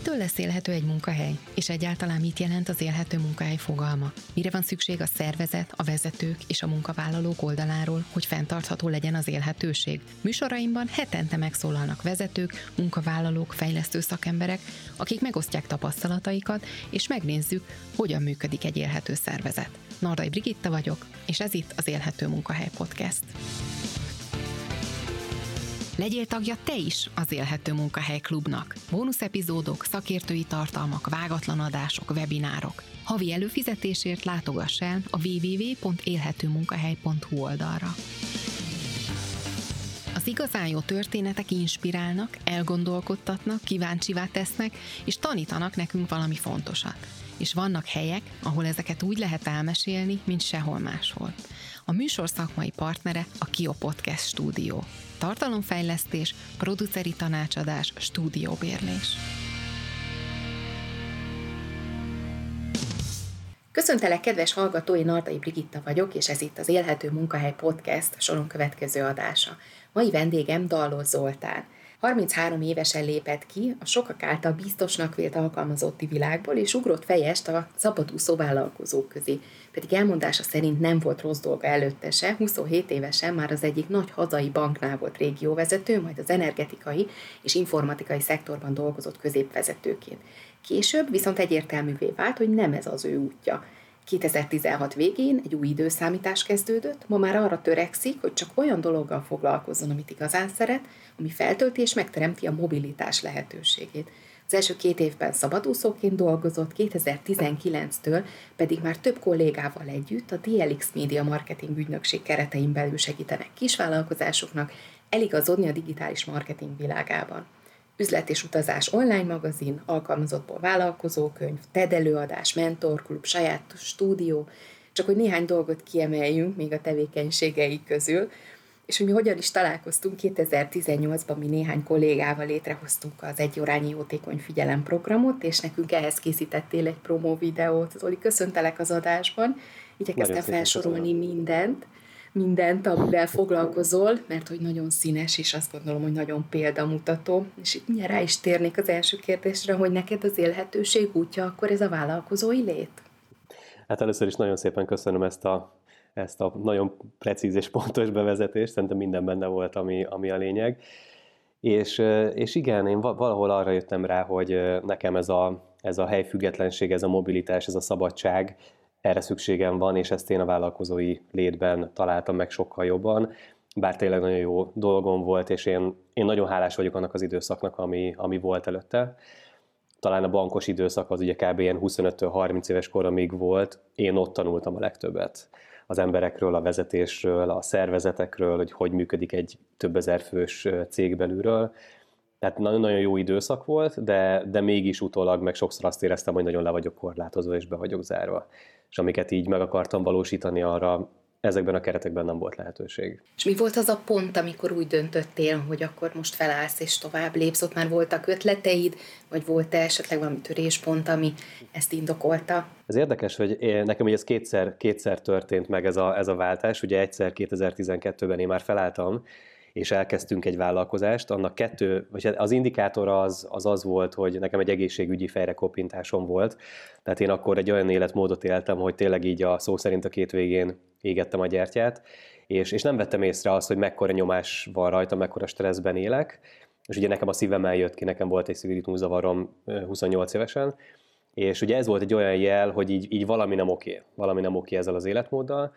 Mitől lesz élhető egy munkahely? És egyáltalán mit jelent az élhető munkahely fogalma? Mire van szükség a szervezet, a vezetők és a munkavállalók oldaláról, hogy fenntartható legyen az élhetőség? Műsoraimban hetente megszólalnak vezetők, munkavállalók, fejlesztő szakemberek, akik megosztják tapasztalataikat, és megnézzük, hogyan működik egy élhető szervezet. Nardai Brigitta vagyok, és ez itt az Élhető Munkahely Podcast. Legyél tagja te is az Élhető Munkahely Klubnak. Bónusz epizódok, szakértői tartalmak, vágatlan adások, webinárok. Havi előfizetésért látogass el a www.élhetőmunkahely.hu oldalra. Az igazán jó történetek inspirálnak, elgondolkodtatnak, kíváncsivá tesznek, és tanítanak nekünk valami fontosat. És vannak helyek, ahol ezeket úgy lehet elmesélni, mint sehol máshol. A műsor szakmai partnere a Kio Podcast Stúdió. Tartalomfejlesztés, produceri tanácsadás, stúdióbérlés. Köszöntelek, kedves hallgató, én Nardai Brigitta vagyok, és ez itt az Élhető Munkahely Podcast soron következő adása. Mai vendégem Dallós Zoltán. 33 évesen lépett ki a sokak által biztosnak vélt alkalmazotti világból, és ugrott fejest a szabadúszó vállalkozók közé. Pedig elmondása szerint nem volt rossz dolga előtte se, 27 évesen már az egyik nagy hazai banknál volt régióvezető, majd az energetikai és informatikai szektorban dolgozott középvezetőként. Később viszont egyértelművé vált, hogy nem ez az ő útja. 2016 végén egy új időszámítás kezdődött, ma már arra törekszik, hogy csak olyan dologgal foglalkozzon, amit igazán szeret, ami feltölti és megteremti a mobilitás lehetőségét. Az első 2 évben szabadúszóként dolgozott, 2019-től pedig már több kollégával együtt a DLX Media Marketing ügynökség keretein belül segítenek kisvállalkozásoknak eligazodni a digitális marketing világában. Üzlet és utazás online magazin, alkalmazottból vállalkozókönyv, TED előadás, mentorklub, saját stúdió, csak hogy néhány dolgot kiemeljünk még a tevékenységei közül. És hogy mi hogyan is találkoztunk, 2018-ban mi néhány kollégával létrehoztunk az egyórányi jótékony figyelem programot, és nekünk ehhez készítettél egy promó videót. Zoli, köszöntelek az adásban, igyekeztem felsorolni mindent, amivel foglalkozol, mert hogy nagyon színes, és azt gondolom, hogy nagyon példamutató. És itt mindjárt rá is térnék az első kérdésre, hogy neked az élhetőség útja, akkor ez a vállalkozói lét? Hát először is nagyon szépen köszönöm ezt a nagyon precíz és pontos bevezetést, szerintem minden benne volt, ami a lényeg. És igen, én valahol arra jöttem rá, hogy nekem ez a helyfüggetlenség, ez a mobilitás, ez a szabadság, erre szükségem van, és ezt én a vállalkozói létben találtam meg sokkal jobban, bár tényleg nagyon jó dolgom volt, és én nagyon hálás vagyok annak az időszaknak, ami volt előtte. Talán a bankos időszak az ugye kb. Ilyen 25-től 30 éves koromig volt, én ott tanultam a legtöbbet. Az emberekről, a vezetésről, a szervezetekről, hogy működik egy több ezer fős cég belülről. Tehát nagyon-nagyon jó időszak volt, de mégis utólag meg sokszor azt éreztem, hogy nagyon le vagyok korlátozva és be vagyok zárva. És amiket így meg akartam valósítani, arra ezekben a keretekben nem volt lehetőség. És mi volt az a pont, amikor úgy döntöttél, hogy akkor most felállsz és tovább lépsz? Ott már voltak ötleteid, vagy volt-e esetleg valami töréspont, ami ezt indokolta? Ez érdekes, hogy nekem ez kétszer történt meg ez a váltás. Ugye egyszer 2012-ben én már felálltam, és elkezdtünk egy vállalkozást. Annak vagy az indikátor az volt, hogy nekem egy egészségügyi fejrekopintásom volt. Tehát én akkor egy olyan életmódot éltem, hogy tényleg így a szó szerint a 2 végén égettem a gyertyát, és nem vettem észre azt, hogy mekkora nyomás van rajta, mekkora stresszben élek. És ugye nekem a szívemmel jött ki, nekem volt egy szívritmuszavarom 28 évesen, és ugye ez volt egy olyan jel, hogy így valami nem oké ezzel az életmóddal,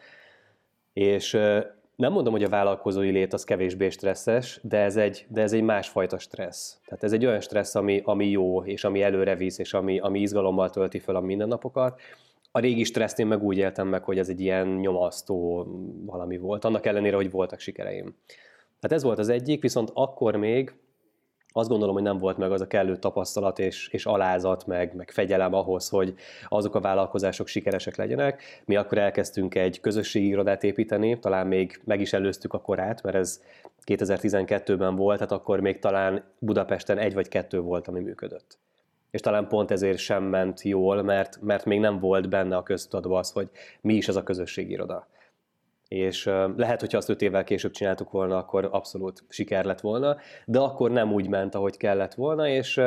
és nem mondom, hogy a vállalkozói lét az kevésbé stresszes, de ez egy másfajta stressz. Tehát ez egy olyan stressz, ami jó, és ami előre visz, és ami izgalommal tölti fel a mindennapokat. A régi stresszt én meg úgy éltem meg, hogy ez egy ilyen nyomasztó valami volt, annak ellenére, hogy voltak sikereim. Tehát ez volt az egyik, viszont akkor még azt gondolom, hogy nem volt meg az a kellő tapasztalat és alázat, meg fegyelem ahhoz, hogy azok a vállalkozások sikeresek legyenek. Mi akkor elkezdtünk egy közösségi irodát építeni, talán még meg is előztük a korát, mert ez 2012-ben volt, tehát akkor még talán Budapesten 1 vagy 2 volt, ami működött. És talán pont ezért sem ment jól, mert még nem volt benne a köztudatban az, hogy mi is ez a közösségi iroda. És lehet, hogyha azt 5 évvel később csináltuk volna, akkor abszolút siker lett volna, de akkor nem úgy ment, ahogy kellett volna, és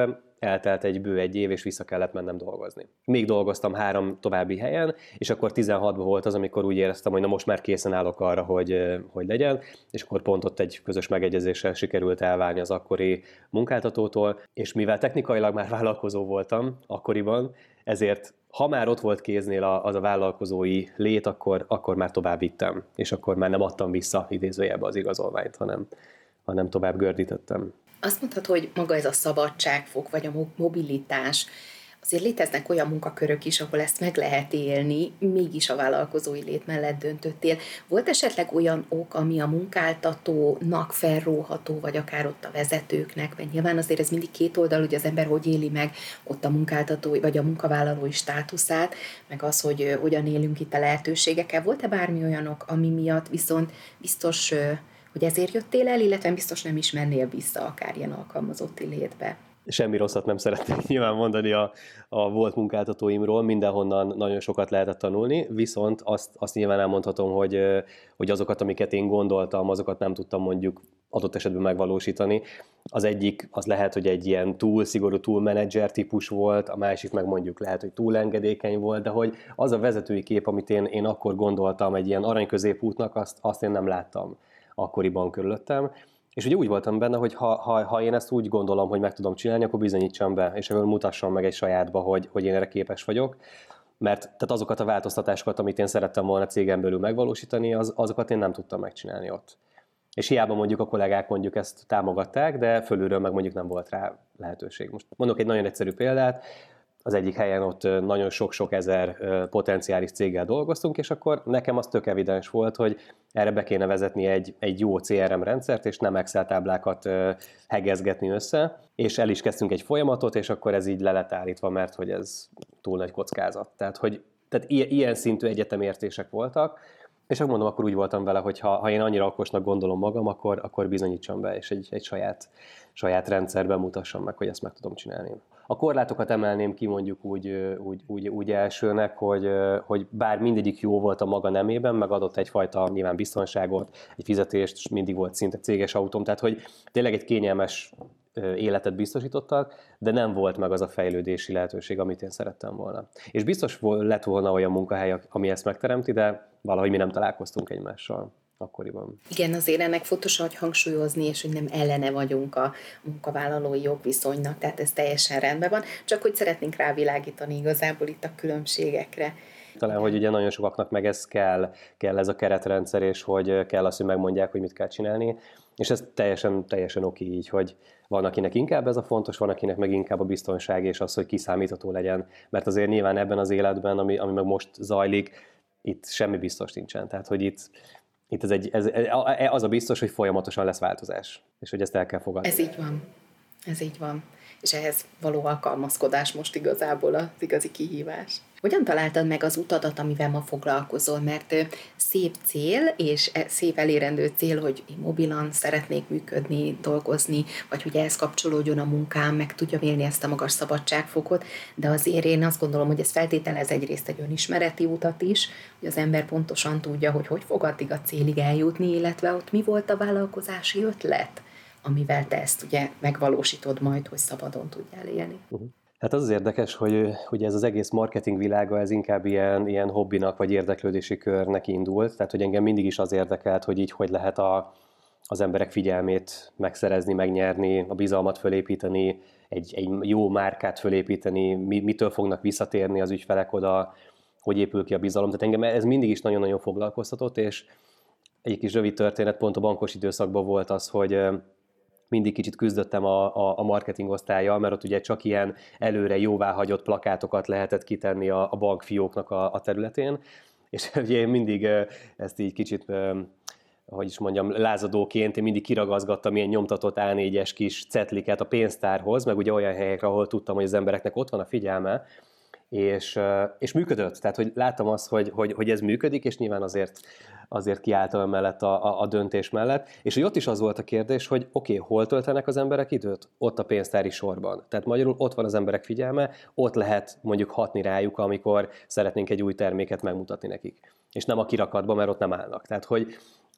eltelt egy bő egy év, és vissza kellett mennem dolgozni. Még dolgoztam 3 további helyen, és akkor 16-ban volt az, amikor úgy éreztem, hogy na most már készen állok arra, hogy legyen, és akkor pont ott egy közös megegyezéssel sikerült elválni az akkori munkáltatótól, és mivel technikailag már vállalkozó voltam akkoriban, ezért ha már ott volt kéznél az a vállalkozói lét, akkor már tovább vittem, és akkor már nem adtam vissza idézőjelbe az igazolványt, hanem tovább gördítettem. Azt mondhatod, hogy maga ez a szabadságfok, vagy a mobilitás, azért léteznek olyan munkakörök is, ahol ezt meg lehet élni, mégis a vállalkozói lét mellett döntöttél. Volt esetleg olyan ok, ami a munkáltatónak felróható, vagy akár ott a vezetőknek, mert nyilván azért ez mindig két oldal, hogy az ember hogy éli meg ott a munkáltatói, vagy a munkavállalói státuszát, meg az, hogy hogyan élünk itt a lehetőségekkel. Volt-e bármi olyanok, ami miatt viszont biztos, hogy ezért jöttél el, illetve biztos nem is mennél vissza akár ilyen alkalmazotti létbe? Semmi rosszat nem szeretnék nyilván mondani a volt munkáltatóimról, mindenhonnan nagyon sokat lehetett tanulni, viszont azt nyilván elmondhatom, hogy azokat, amiket én gondoltam, azokat nem tudtam mondjuk adott esetben megvalósítani. Az egyik az lehet, hogy egy ilyen túl szigorú, túl menedzser típus volt, a másik meg mondjuk lehet, hogy túl engedékeny volt, de hogy az a vezetői kép, amit én akkor gondoltam egy ilyen aranyközépútnak, azt én nem láttam akkoriban körülöttem. És ugye úgy voltam benne, hogy ha én ezt úgy gondolom, hogy meg tudom csinálni, akkor bizonyítsam be, és akkor mutassam meg egy sajátba, hogy én erre képes vagyok. Mert tehát azokat a változtatásokat, amit én szerettem volna cégen belül megvalósítani, azokat én nem tudtam megcsinálni ott. És hiába mondjuk a kollégák mondjuk ezt támogatták, de fölülről meg mondjuk nem volt rá lehetőség. Most mondok egy nagyon egyszerű példát, az egyik helyen ott nagyon sok-sok ezer potenciális céggel dolgoztunk, és akkor nekem az tök evidens volt, hogy erre be kéne vezetni egy jó CRM rendszert, és nem Excel táblákat hegezgetni össze, és el is kezdtünk egy folyamatot, és akkor ez így le lett állítva, mert hogy ez túl nagy kockázat. Tehát ilyen szintű egyetemértések voltak, és akkor mondom, akkor úgy voltam vele, hogy ha én annyira okosnak gondolom magam, akkor bizonyítsam be, és egy saját rendszerben mutassam meg, hogy ezt meg tudom csinálni. A korlátokat emelném ki mondjuk úgy elsőnek, hogy bár mindegyik jó volt a maga nemében, meg adott egyfajta nyilván biztonságot, egy fizetést, és mindig volt szinte céges autóm, tehát hogy tényleg egy kényelmes életet biztosítottak, de nem volt meg az a fejlődési lehetőség, amit én szerettem volna. És biztos lett volna olyan munkahely, ami ezt megteremti, de valahogy mi nem találkoztunk egymással akkoriban. Igen, azért ennek fontos, hogy hangsúlyozni, és hogy nem ellene vagyunk a munkavállalói jogviszonynak, tehát ez teljesen rendben van, csak hogy szeretnénk rávilágítani igazából itt a különbségekre. Talán, hogy ugye nagyon sokaknak meg ez kell ez a keretrendszer, és hogy kell azt, hogy megmondják, hogy mit kell csinálni, és ez teljesen oké így, hogy van, akinek inkább ez a fontos, van, akinek meg inkább a biztonság, és az, hogy kiszámítható legyen, mert azért nyilván ebben az életben, ami meg most zajlik, itt semmi biztos nincsen, tehát hogy itt az a biztos, hogy folyamatosan lesz változás, és hogy ezt el kell fogadni. Ez így van. És ehhez való alkalmazkodás most igazából az igazi kihívás. Hogyan találtad meg az utadat, amivel ma foglalkozol? Mert szép cél, és szép elérendő cél, hogy én mobilan szeretnék működni, dolgozni, vagy hogy ehhez kapcsolódjon a munkám, meg tudjam élni ezt a magas szabadságfokot, de azért én azt gondolom, hogy ez feltételez egyrészt egy önismereti utat is, hogy az ember pontosan tudja, hogy fog addig a célig eljutni, illetve ott mi volt a vállalkozási ötlet, amivel te ezt ugye megvalósítod majd, hogy szabadon tudjál élni. Hát az érdekes, hogy ugye ez az egész marketing világa, ez inkább ilyen hobbinak vagy érdeklődési körnek indult, tehát hogy engem mindig is az érdekelt, hogy így hogy lehet az emberek figyelmét megszerezni, megnyerni, a bizalmat fölépíteni, egy jó márkát fölépíteni, mitől fognak visszatérni az ügyfelek oda, hogy épül ki a bizalom. Tehát engem ez mindig is nagyon-nagyon foglalkoztatott, és egy kis rövid történet pont a bankos időszakban volt az, hogy mindig kicsit küzdöttem a marketing osztállyal, mert ott ugye csak ilyen előre jóváhagyott plakátokat lehetett kitenni a bankfióknak a területén, és ugye én mindig ezt így kicsit, hogy is mondjam, lázadóként én mindig kiragazgattam ilyen nyomtatott A4-es kis cetliket a pénztárhoz, meg ugye olyan helyekre, ahol tudtam, hogy az embereknek ott van a figyelme, és működött. Tehát, hogy láttam azt, hogy ez működik, és nyilván azért kiálltam emellett a döntés mellett. És hogy ott is az volt a kérdés, hogy oké, hol töltenek az emberek időt? Ott a pénztári sorban. Tehát magyarul ott van az emberek figyelme, ott lehet mondjuk hatni rájuk, amikor szeretnénk egy új terméket megmutatni nekik. És nem a kirakatban, mert ott nem állnak. Tehát, hogy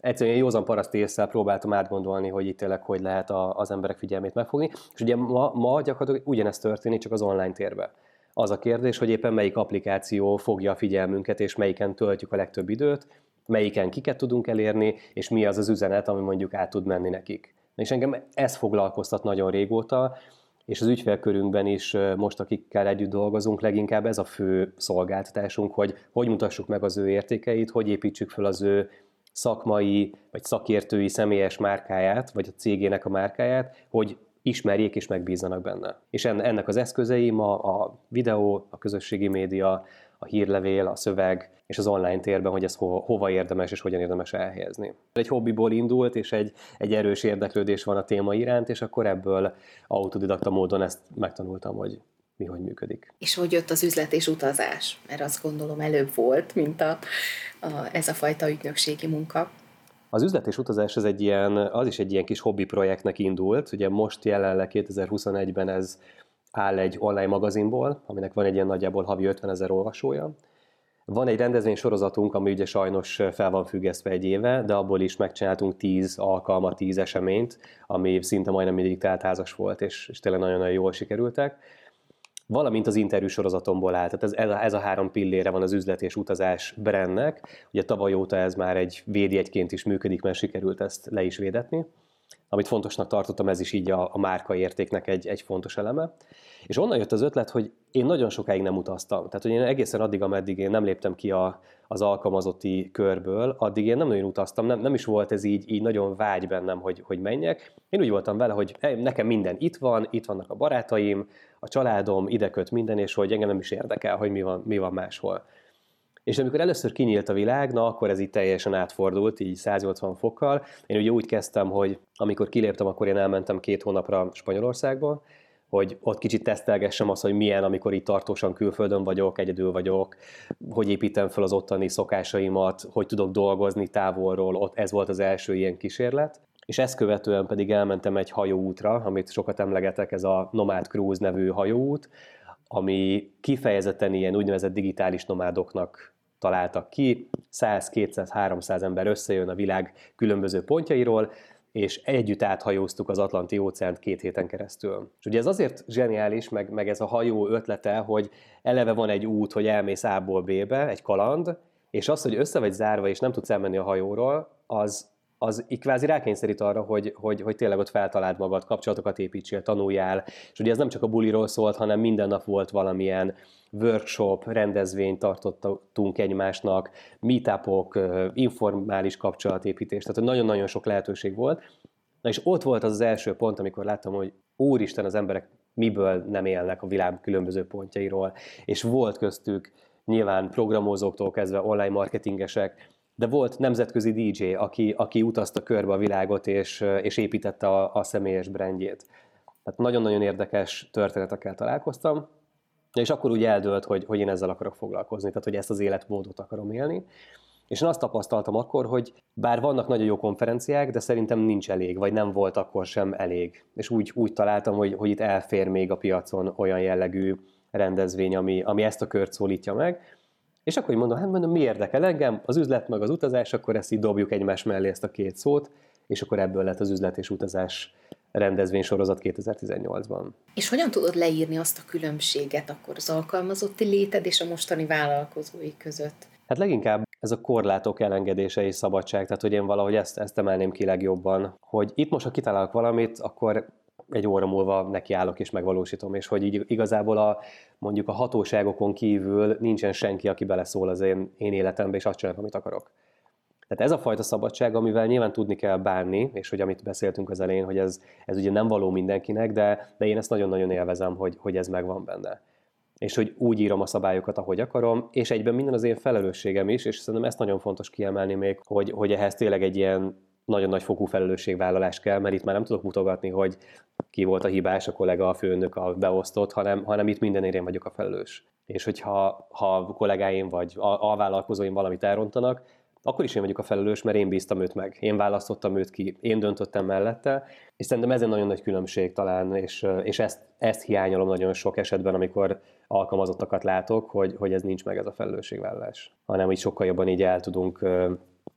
egyszerűen józan paraszti ésszel próbáltam átgondolni, hogy itt tényleg hogy lehet az emberek figyelmét megfogni. És ugye ma gyakorlatilag ugyanezt történik, csak az online térben. Az a kérdés, hogy éppen melyik applikáció fogja a figyelmünket, és melyiken töltjük a legtöbb időt, melyiken kiket tudunk elérni, és mi az az üzenet, ami mondjuk át tud menni nekik. És engem ez foglalkoztat nagyon régóta, és az ügyfélkörünkben is most, akikkel együtt dolgozunk, leginkább ez a fő szolgáltatásunk, hogy mutassuk meg az ő értékeit, hogy építsük fel az ő szakmai vagy szakértői személyes márkáját, vagy a cégének a márkáját, hogy ismerjék és megbízzanak benne. És ennek az eszközei ma a videó, a közösségi média, a hírlevél, a szöveg és az online térben, hogy ez hova érdemes és hogyan érdemes elhelyezni. Egy hobbiból indult, és egy erős érdeklődés van a téma iránt, és akkor ebből autodidakta módon ezt megtanultam, hogy mi hogy működik. És hogy jött az üzlet és utazás? Mert azt gondolom előbb volt, mint ez a fajta ügynökségi munka. Az üzlet és utazás az is egy ilyen kis hobbi projektnek indult. Ugye most jelenleg 2021-ben ez áll egy online magazinból, aminek van egy ilyen nagyjából havi 50 000 olvasója. Van egy rendezvény sorozatunk, ami ugye sajnos fel van függesztve egy éve, de abból is megcsináltunk 10 alkalmat, 10 eseményt, ami szinte majdnem mindig teltházas volt, és tényleg nagyon-nagyon jól sikerültek. Valamint az interjú sorozatomból áll. Tehát ez a 3 pillére van az üzlet és utazás brandnek. Ugye tavaly óta ez már egy védjegyként is működik, mert sikerült ezt le is védetni. Amit fontosnak tartottam, ez is így a márkaértéknek egy fontos eleme. És onnan jött az ötlet, hogy én nagyon sokáig nem utaztam. Tehát, hogy én egészen addig, ameddig én nem léptem ki az alkalmazotti körből, addig én nem nagyon utaztam, nem is volt ez így nagyon vágy bennem, hogy menjek. Én úgy voltam vele, hogy nekem minden itt vannak a barátaim, a családom, ide köt minden, és hogy engem nem is érdekel, hogy mi van máshol. És amikor először kinyílt a világ, na akkor ez így teljesen átfordult, így 180 fokkal. Én ugye úgy kezdtem, hogy amikor kiléptem, akkor én elmentem 2 hónapra Spanyolországba, hogy ott kicsit tesztelgessem azt, hogy milyen, amikor így tartósan külföldön vagyok, egyedül vagyok, hogy építem fel az ottani szokásaimat, hogy tudok dolgozni távolról, ott ez volt az első ilyen kísérlet. És ezt követően pedig elmentem egy hajóútra, amit sokat emlegetek, ez a Nomad Cruise nevű hajóút, ami kifejezetten ilyen úgynevezett digitális nomádoknak találtak ki, 100, 200, 300 ember összejön a világ különböző pontjairól, és együtt áthajóztuk az Atlanti-óceánt 2 héten keresztül. És ugye ez azért zseniális, meg ez a hajó ötlete, hogy eleve van egy út, hogy elmész A-ból B-be, egy kaland, és az, hogy össze vagy zárva, és nem tudsz elmenni a hajóról, az így kvázi rákényszerít arra, hogy tényleg ott feltaláld magad, kapcsolatokat építsél, tanuljál, és ugye ez nem csak a buliról szólt, hanem minden nap volt valamilyen workshop, rendezvényt tartottunk egymásnak, meetupok, informális kapcsolatépítés, tehát nagyon-nagyon sok lehetőség volt. Na és ott volt az első pont, amikor láttam, hogy úristen, az emberek miből nem élnek a világ különböző pontjairól, és volt köztük nyilván programozóktól kezdve online marketingesek, de volt nemzetközi DJ, aki utazta körbe a világot, és építette a személyes brandjét. Tehát nagyon-nagyon érdekes történetekkel találkoztam, és akkor úgy eldőlt, hogy én ezzel akarok foglalkozni, tehát hogy ezt az életmódot akarom élni. És én azt tapasztaltam akkor, hogy bár vannak nagyon jó konferenciák, de szerintem nincs elég, vagy nem volt akkor sem elég. És úgy találtam, hogy itt elfér még a piacon olyan jellegű rendezvény, ami ezt a kört szólítja meg. És akkor mondom, mi érdekel engem? Az üzlet meg az utazás, akkor ezt így dobjuk egymás mellé ezt a 2 szót, és akkor ebből lett az üzlet és utazás rendezvénysorozat 2018-ban. És hogyan tudod leírni azt a különbséget akkor az alkalmazotti léted és a mostani vállalkozói között? Hát leginkább ez a korlátok elengedése és szabadság, tehát hogy én valahogy ezt emelném ki legjobban, hogy itt most, ha kitalálok valamit, akkor egy óra múlva nekiállok és megvalósítom, és hogy így igazából mondjuk a hatóságokon kívül nincsen senki, aki beleszól az én életembe, és azt csinálok, amit akarok. Tehát ez a fajta szabadság, amivel nyilván tudni kell bánni, és hogy amit beszéltünk az elején, hogy ez ugye nem való mindenkinek, de én ezt nagyon-nagyon élvezem, hogy ez megvan benne. És hogy úgy írom a szabályokat, ahogy akarom, és egyben minden az én felelősségem is, és szerintem ezt nagyon fontos kiemelni még, hogy ehhez tényleg egy ilyen nagyon nagy fokú felelősségvállalás kell, mert itt már nem tudok mutogatni, hogy ki volt a hibás, a kollega, a főnök, a beosztott, hanem itt mindenért én vagyok a felelős. És hogyha a kollégáim vagy a vállalkozóim valamit elrontanak, akkor is én vagyok a felelős, mert én bíztam őt meg. Én választottam őt ki, én döntöttem mellette, és szerintem ez egy nagyon nagy különbség talán, és ezt hiányolom nagyon sok esetben, amikor alkalmazottakat látok, hogy ez nincs meg ez a felelősségvállalás, hanem így sokkal jobban így el tudunk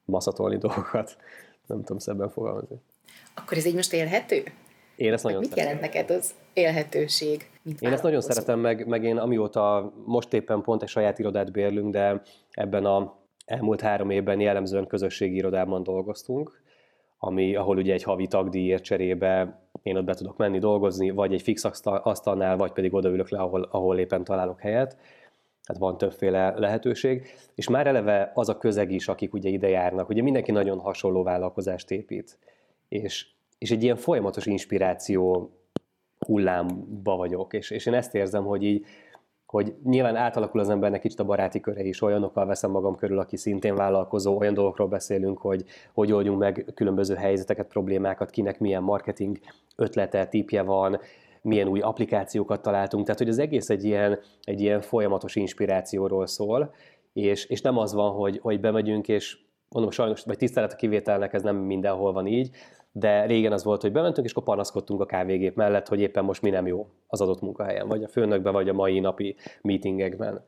maszatolni dolgokat. Nem tudom szebben fogalmazni. Akkor ez így most élhető? Én ezt nagyon mit szeretem. jelent neked az élhetőség? Én ezt nagyon szeretem, meg én amióta most éppen pont egy saját irodát bérlünk, de ebben a elmúlt 3 évben jellemzően közösségi irodában dolgoztunk, ahol ugye egy havi tagdíjért cserébe én ott be tudok menni dolgozni, vagy egy fix asztalnál, vagy pedig odaülök le, ahol éppen találok helyet. Tehát van többféle lehetőség. És már eleve az a közeg is, akik ugye ide járnak, ugye mindenki nagyon hasonló vállalkozást épít. És egy ilyen folyamatos inspiráció hullámba vagyok. És én ezt érzem, hogy nyilván átalakul az embernek kicsit a baráti köre is, olyanokkal veszem magam körül, aki szintén vállalkozó, olyan dolgokról beszélünk, hogy oldjunk meg különböző helyzeteket, problémákat, kinek milyen marketing ötlete, tippje van, milyen új applikációkat találtunk, tehát hogy az egész egy ilyen folyamatos inspirációról szól, és nem az van, hogy bemegyünk, és mondom sajnos, vagy tisztelet a kivételnek, ez nem mindenhol van így, de régen az volt, hogy bementünk, és akkor panaszkodtunk a kávégép mellett, hogy éppen most mi nem jó az adott munkahelyen, vagy a főnökben, vagy a mai napi meetingekben.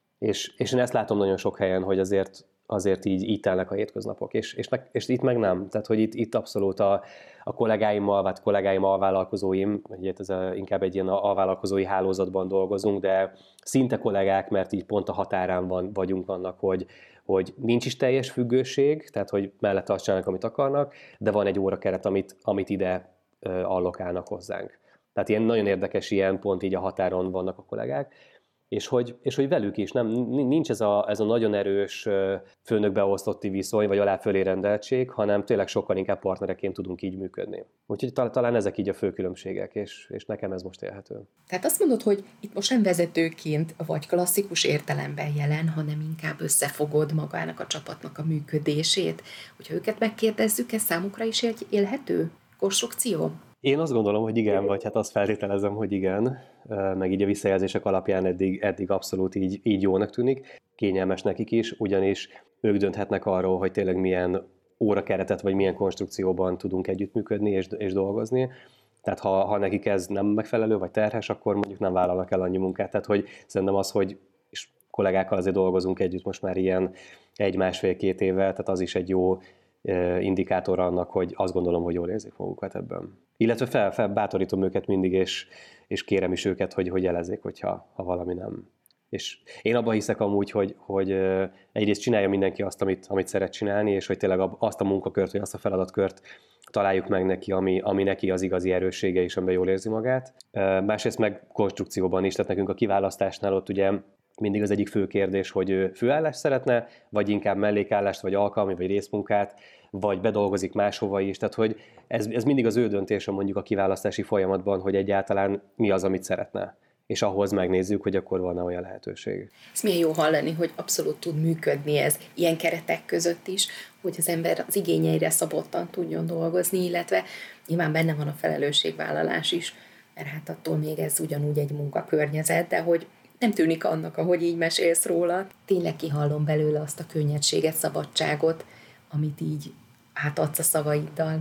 És én ezt látom nagyon sok helyen, hogy azért így telnek a hétköznapok, és itt meg nem. Tehát, hogy itt abszolút a kollégáimmal, vagy kollégáim alvállalkozóim, ugye ez inkább egy ilyen alvállalkozói hálózatban dolgozunk, de szinte kollégák, mert így pont a határán vagyunk annak, hogy nincs is teljes függőség, tehát hogy mellette azt csinálnak, amit akarnak, de van egy órakeret, amit ide allokálnak hozzánk. Tehát ilyen nagyon érdekes ilyen pont így a határon vannak a kollégák, és hogy velük is nincs ez a nagyon erős főnök-beosztotti viszony, vagy alá-fölé rendeltség, hanem tényleg sokkal inkább partnereként tudunk így működni. Úgyhogy talán ezek így a fő különbségek, és nekem ez most élhető. Tehát azt mondod, hogy itt most nem vezetőként vagy klasszikus értelemben jelen, hanem inkább összefogod magának a csapatnak a működését. Hogyha őket megkérdezzük, ez számukra is egy élhető konstrukció? Én azt gondolom, hogy igen, vagy hát azt feltételezem, hogy igen, meg így a visszajelzések alapján eddig abszolút így jónak tűnik. Kényelmes nekik is, ugyanis ők dönthetnek arról, hogy tényleg milyen órakeretet, vagy milyen konstrukcióban tudunk együttműködni és dolgozni. Tehát ha nekik ez nem megfelelő, vagy terhes, akkor mondjuk nem vállalnak el annyi munkát. Tehát hogy szerintem az, hogy és kollégákkal azért dolgozunk együtt most már ilyen 1-1,5-2 évvel, tehát az is egy jó indikátor annak, hogy azt gondolom, hogy jól érzik magukat ebben. Illetve bátorítom őket mindig, és kérem is őket, hogy jelezzék, hogyha valami nem. És én abban hiszek amúgy, hogy egyrészt csinálja mindenki azt, amit szeret csinálni, és hogy tényleg azt a munkakört, vagy azt a feladatkört találjuk meg neki, ami neki az igazi erőssége, és amiben jól érzi magát. Másrészt meg konstrukcióban is, tehát nekünk a kiválasztásnál ott ugye mindig az egyik fő kérdés, hogy ő főállást szeretne, vagy inkább mellékállást, vagy alkalmi, vagy részmunkát, vagy bedolgozik máshova is. Tehát, hogy ez mindig az ő döntése mondjuk a kiválasztási folyamatban, hogy egyáltalán mi az, amit szeretne. És ahhoz megnézzük, hogy akkor van-e olyan lehetőség. Ez milyen jó hallani, hogy abszolút tud működni ez ilyen keretek között is, hogy az ember az igényeire szabottan tudjon dolgozni, illetve nyilván benne van a felelősségvállalás is, mert hát attól még ez ugyanúgy egy munkakörnyezet, de hogy nem tűnik annak, ahogy így mesélsz róla. Tényleg kihallom belőle azt a könnyedséget, szabadságot, amit így átadsz a szavaiddal.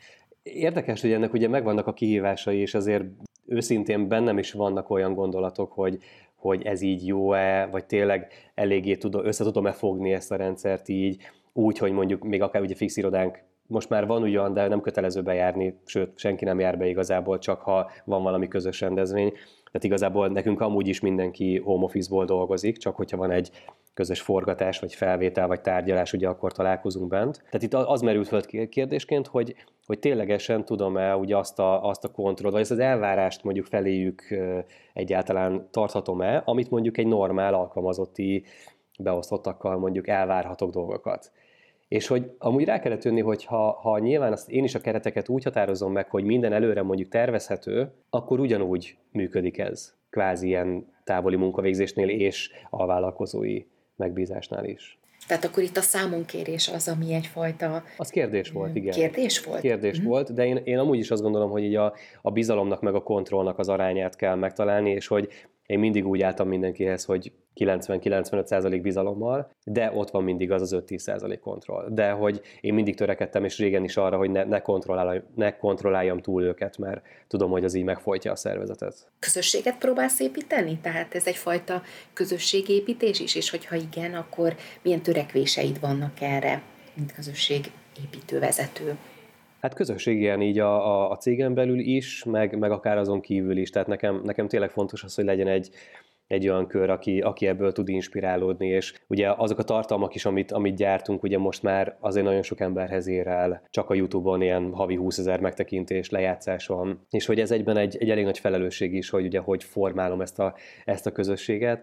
Érdekes, hogy ennek ugye megvannak a kihívásai, és azért őszintén bennem is vannak olyan gondolatok, hogy ez így jó-e, vagy tényleg eléggé össze tudom-e fogni ezt a rendszert így, úgy, hogy mondjuk még akár ugye fix irodánk most már van ugyan, de nem kötelező bejárni, sőt, senki nem jár be igazából, csak ha van valami közös rendezvény. Tehát igazából nekünk amúgy is mindenki home office-ból dolgozik, csak hogyha van egy közös forgatás, vagy felvétel, vagy tárgyalás, ugye akkor találkozunk bent. Tehát itt az merült fel kérdésként, hogy ténylegesen tudom-e ugye azt a kontrollt, vagy ezt az elvárást mondjuk feléjük egyáltalán tarthatom-e, amit mondjuk egy normál alkalmazotti beosztottakkal mondjuk elvárhatok dolgokat. És hogy amúgy rá kellett jönni, hogy ha nyilván én is a kereteket úgy határozom meg, hogy minden előre mondjuk tervezhető, akkor ugyanúgy működik ez, kvázi ilyen távoli munkavégzésnél és a vállalkozói megbízásnál is. Tehát akkor itt a számonkérés az, ami egyfajta... Az kérdés volt, igen. Kérdés volt? Kérdés volt, de én amúgy is azt gondolom, hogy így a bizalomnak meg a kontrollnak az arányát kell megtalálni, és hogy én mindig úgy álltam mindenkihez, hogy 90-95% bizalommal, de ott van mindig az 5-10% kontroll. De hogy én mindig törekedtem, és régen is arra, hogy ne kontrolláljam túl őket, mert tudom, hogy az így megfojtja a szervezetet. Közösséget próbálsz építeni? Tehát ez egyfajta közösségépítés is, és hogyha igen, akkor milyen törekvéseid vannak erre? mint közösségépítő vezető? Hát közösség ilyen így a cégen belül is, meg akár azon kívül is. Tehát nekem tényleg fontos az, hogy legyen egy olyan kör, aki ebből tud inspirálódni, és ugye azok a tartalmak is, amit gyártunk, ugye most már azért nagyon sok emberhez ér el, csak a YouTube-on ilyen havi 20 000 megtekintés, lejátszás van, és hogy ez egyben egy elég nagy felelősség is, hogy ugye hogy formálom ezt a közösséget,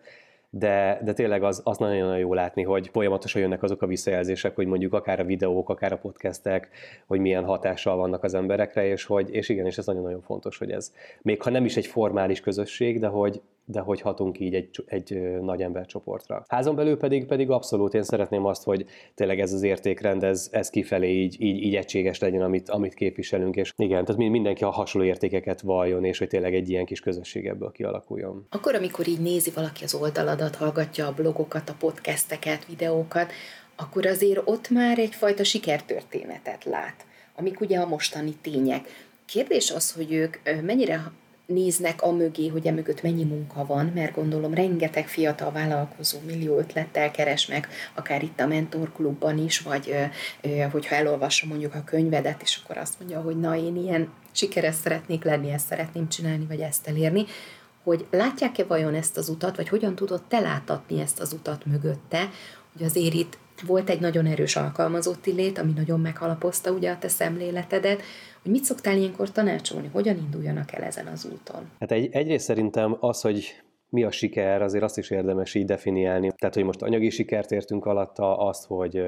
de tényleg az nagyon-nagyon jó látni, hogy folyamatosan jönnek azok a visszajelzések, hogy mondjuk akár a videók, akár a podcastek, hogy milyen hatással vannak az emberekre, és igen, és ez nagyon-nagyon fontos, hogy ez, még ha nem is egy formális közösség, de hogy hatunk így egy nagy embercsoportra. Házon belül pedig abszolút én szeretném azt, hogy tényleg ez az értékrend, ez kifelé így egységes legyen, amit képviselünk, és igen, tehát mindenki a hasonló értékeket valljon, és hogy tényleg egy ilyen kis közösség ebből kialakuljon. Akkor, amikor így nézi valaki az oldaladat, hallgatja a blogokat, a podcasteket, videókat, akkor azért ott már egyfajta sikertörténetet lát, amik ugye a mostani tények. Kérdés az, hogy ők mennyire néznek amögé, hogy emögött mennyi munka van, mert gondolom rengeteg fiatal vállalkozó millió ötlettel keres meg, akár itt a mentorklubban is, vagy hogyha elolvassa mondjuk a könyvedet, és akkor azt mondja, hogy na, én ilyen sikeres szeretnék lenni, ezt szeretném csinálni, vagy ezt elérni, hogy látják-e vajon ezt az utat, vagy hogyan tudod te láttatni ezt az utat mögötte, hogy azért itt volt egy nagyon erős alkalmazotti lét, ami nagyon meghalapozta ugye a te szemléletedet, hogy mit szoktál ilyenkor tanácsolni, hogyan induljanak el ezen az úton? Hát egyrészt szerintem az, hogy mi a siker, azért azt is érdemes így definiálni. Tehát, hogy most anyagi sikert értünk alatta, azt, hogy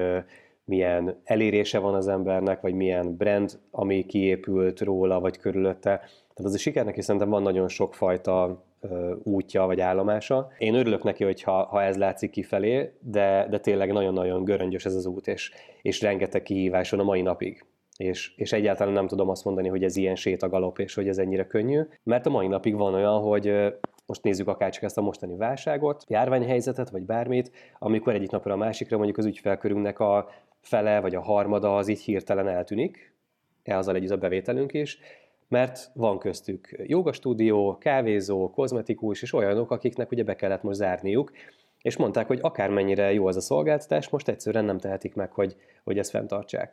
milyen elérése van az embernek, vagy milyen brand, ami kiépült róla, vagy körülötte. Tehát az a sikernek is szerintem van nagyon sokfajta útja, vagy állomása. Én örülök neki, hogyha ez látszik kifelé, de tényleg nagyon-nagyon göröngyös ez az út, és rengeteg kihívás van a mai napig. És egyáltalán nem tudom azt mondani, hogy ez ilyen sétagalop, és hogy ez ennyire könnyű, mert a mai napig van olyan, hogy most nézzük akár csak ezt a mostani válságot, járványhelyzetet, vagy bármit, amikor egyik napra a másikra mondjuk az ügyfélkörünknek a fele, vagy a harmada az így hirtelen eltűnik, azzal együtt a bevételünk is, mert van köztük jogastúdió, kávézó, kozmetikus, és olyanok, akiknek ugye be kellett most zárniuk, és mondták, hogy akármennyire jó az a szolgáltatás, most egyszerűen nem tehetik meg, hogy ezt fenntartsák.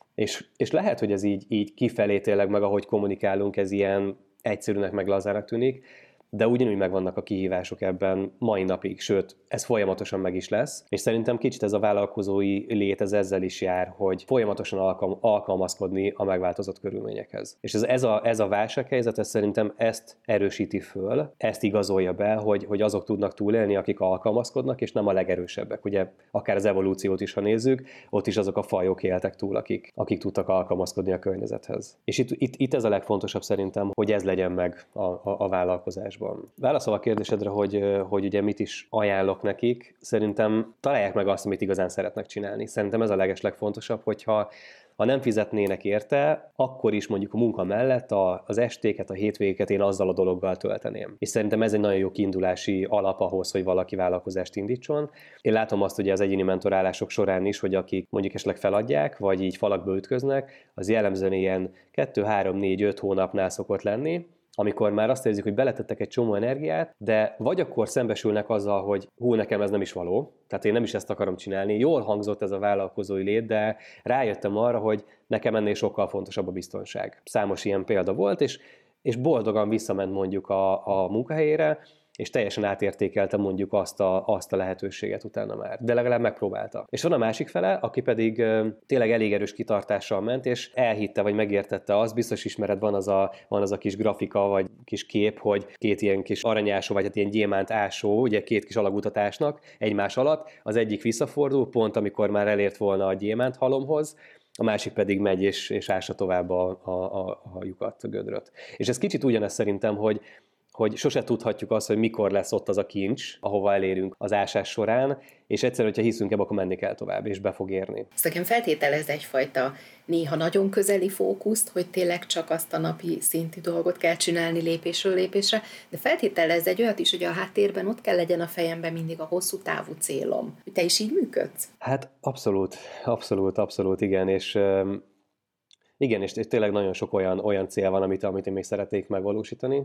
És lehet, hogy ez így kifelé tényleg meg, ahogy kommunikálunk, ez ilyen egyszerűnek, meg lazának tűnik, de ugyanúgy megvannak a kihívások ebben mai napig, sőt, ez folyamatosan meg is lesz, és szerintem kicsit ez a vállalkozói lét ezzel is jár, hogy folyamatosan alkalmazkodni a megváltozott körülményekhez. És ez a válsághelyzet, ez szerintem ezt erősíti föl, ezt igazolja be, hogy azok tudnak túlélni, akik alkalmazkodnak, és nem a legerősebbek. Ugye akár az evolúciót is, ha nézzük, ott is azok a fajok éltek túl, akik tudtak alkalmazkodni a környezethez. És itt ez a legfontosabb szerintem, hogy ez legyen meg a vállalkozásban. Válaszolva a kérdésedre, hogy ugye mit is ajánlok nekik, szerintem találják meg azt, amit igazán szeretnek csinálni. Szerintem ez a legfontosabb, hogyha nem fizetnének érte, akkor is mondjuk a munka mellett az estéket, a hétvégéket én azzal a dologgal tölteném. És szerintem ez egy nagyon jó kiindulási alap ahhoz, hogy valaki vállalkozást indítson. Én látom azt ugye az egyéni mentorálások során is, hogy akik mondjuk esetleg feladják, vagy így falakba ütköznek, az jellemzően ilyen 2, 3, 4, 5 hónapnál szokott lenni, amikor már azt érzik, hogy beletettek egy csomó energiát, de vagy akkor szembesülnek azzal, hogy nekem ez nem is való, tehát én nem is ezt akarom csinálni. Jól hangzott ez a vállalkozói lét, de rájöttem arra, hogy nekem ennél sokkal fontosabb a biztonság. Számos ilyen példa volt, és boldogan visszament mondjuk a munkahelyére, és teljesen átértékelte mondjuk azt a lehetőséget utána már. De legalább megpróbálta. És van a másik fele, aki pedig tényleg elég erős kitartással ment, és elhitte, vagy megértette azt, biztos ismered, van az a kis grafika, vagy kis kép, hogy két ilyen kis aranyásó, vagy hát ilyen gyémánt ásó, ugye két kis alagutatásnak egymás alatt, az egyik visszafordul, pont amikor már elért volna a gyémánt halomhoz, a másik pedig megy és ássa tovább a lyukat, a gödröt. És ez kicsit ugyanez szerintem, hogy sose tudhatjuk azt, hogy mikor lesz ott az a kincs, ahova elérünk az ásás során, és egyszerűen, hogyha hiszünk ebbe, akkor menni kell tovább, és be fog érni. Ezt nekem feltételez egyfajta néha nagyon közeli fókuszt, hogy tényleg csak azt a napi szintű dolgot kell csinálni lépésről lépésre, de feltételez egy olyat is, hogy a háttérben ott kell legyen a fejemben mindig a hosszú távú célom. Te is így működsz? Hát abszolút, igen, és Igen, és tényleg nagyon sok olyan cél van, amit én még szeretnék megvalósítani,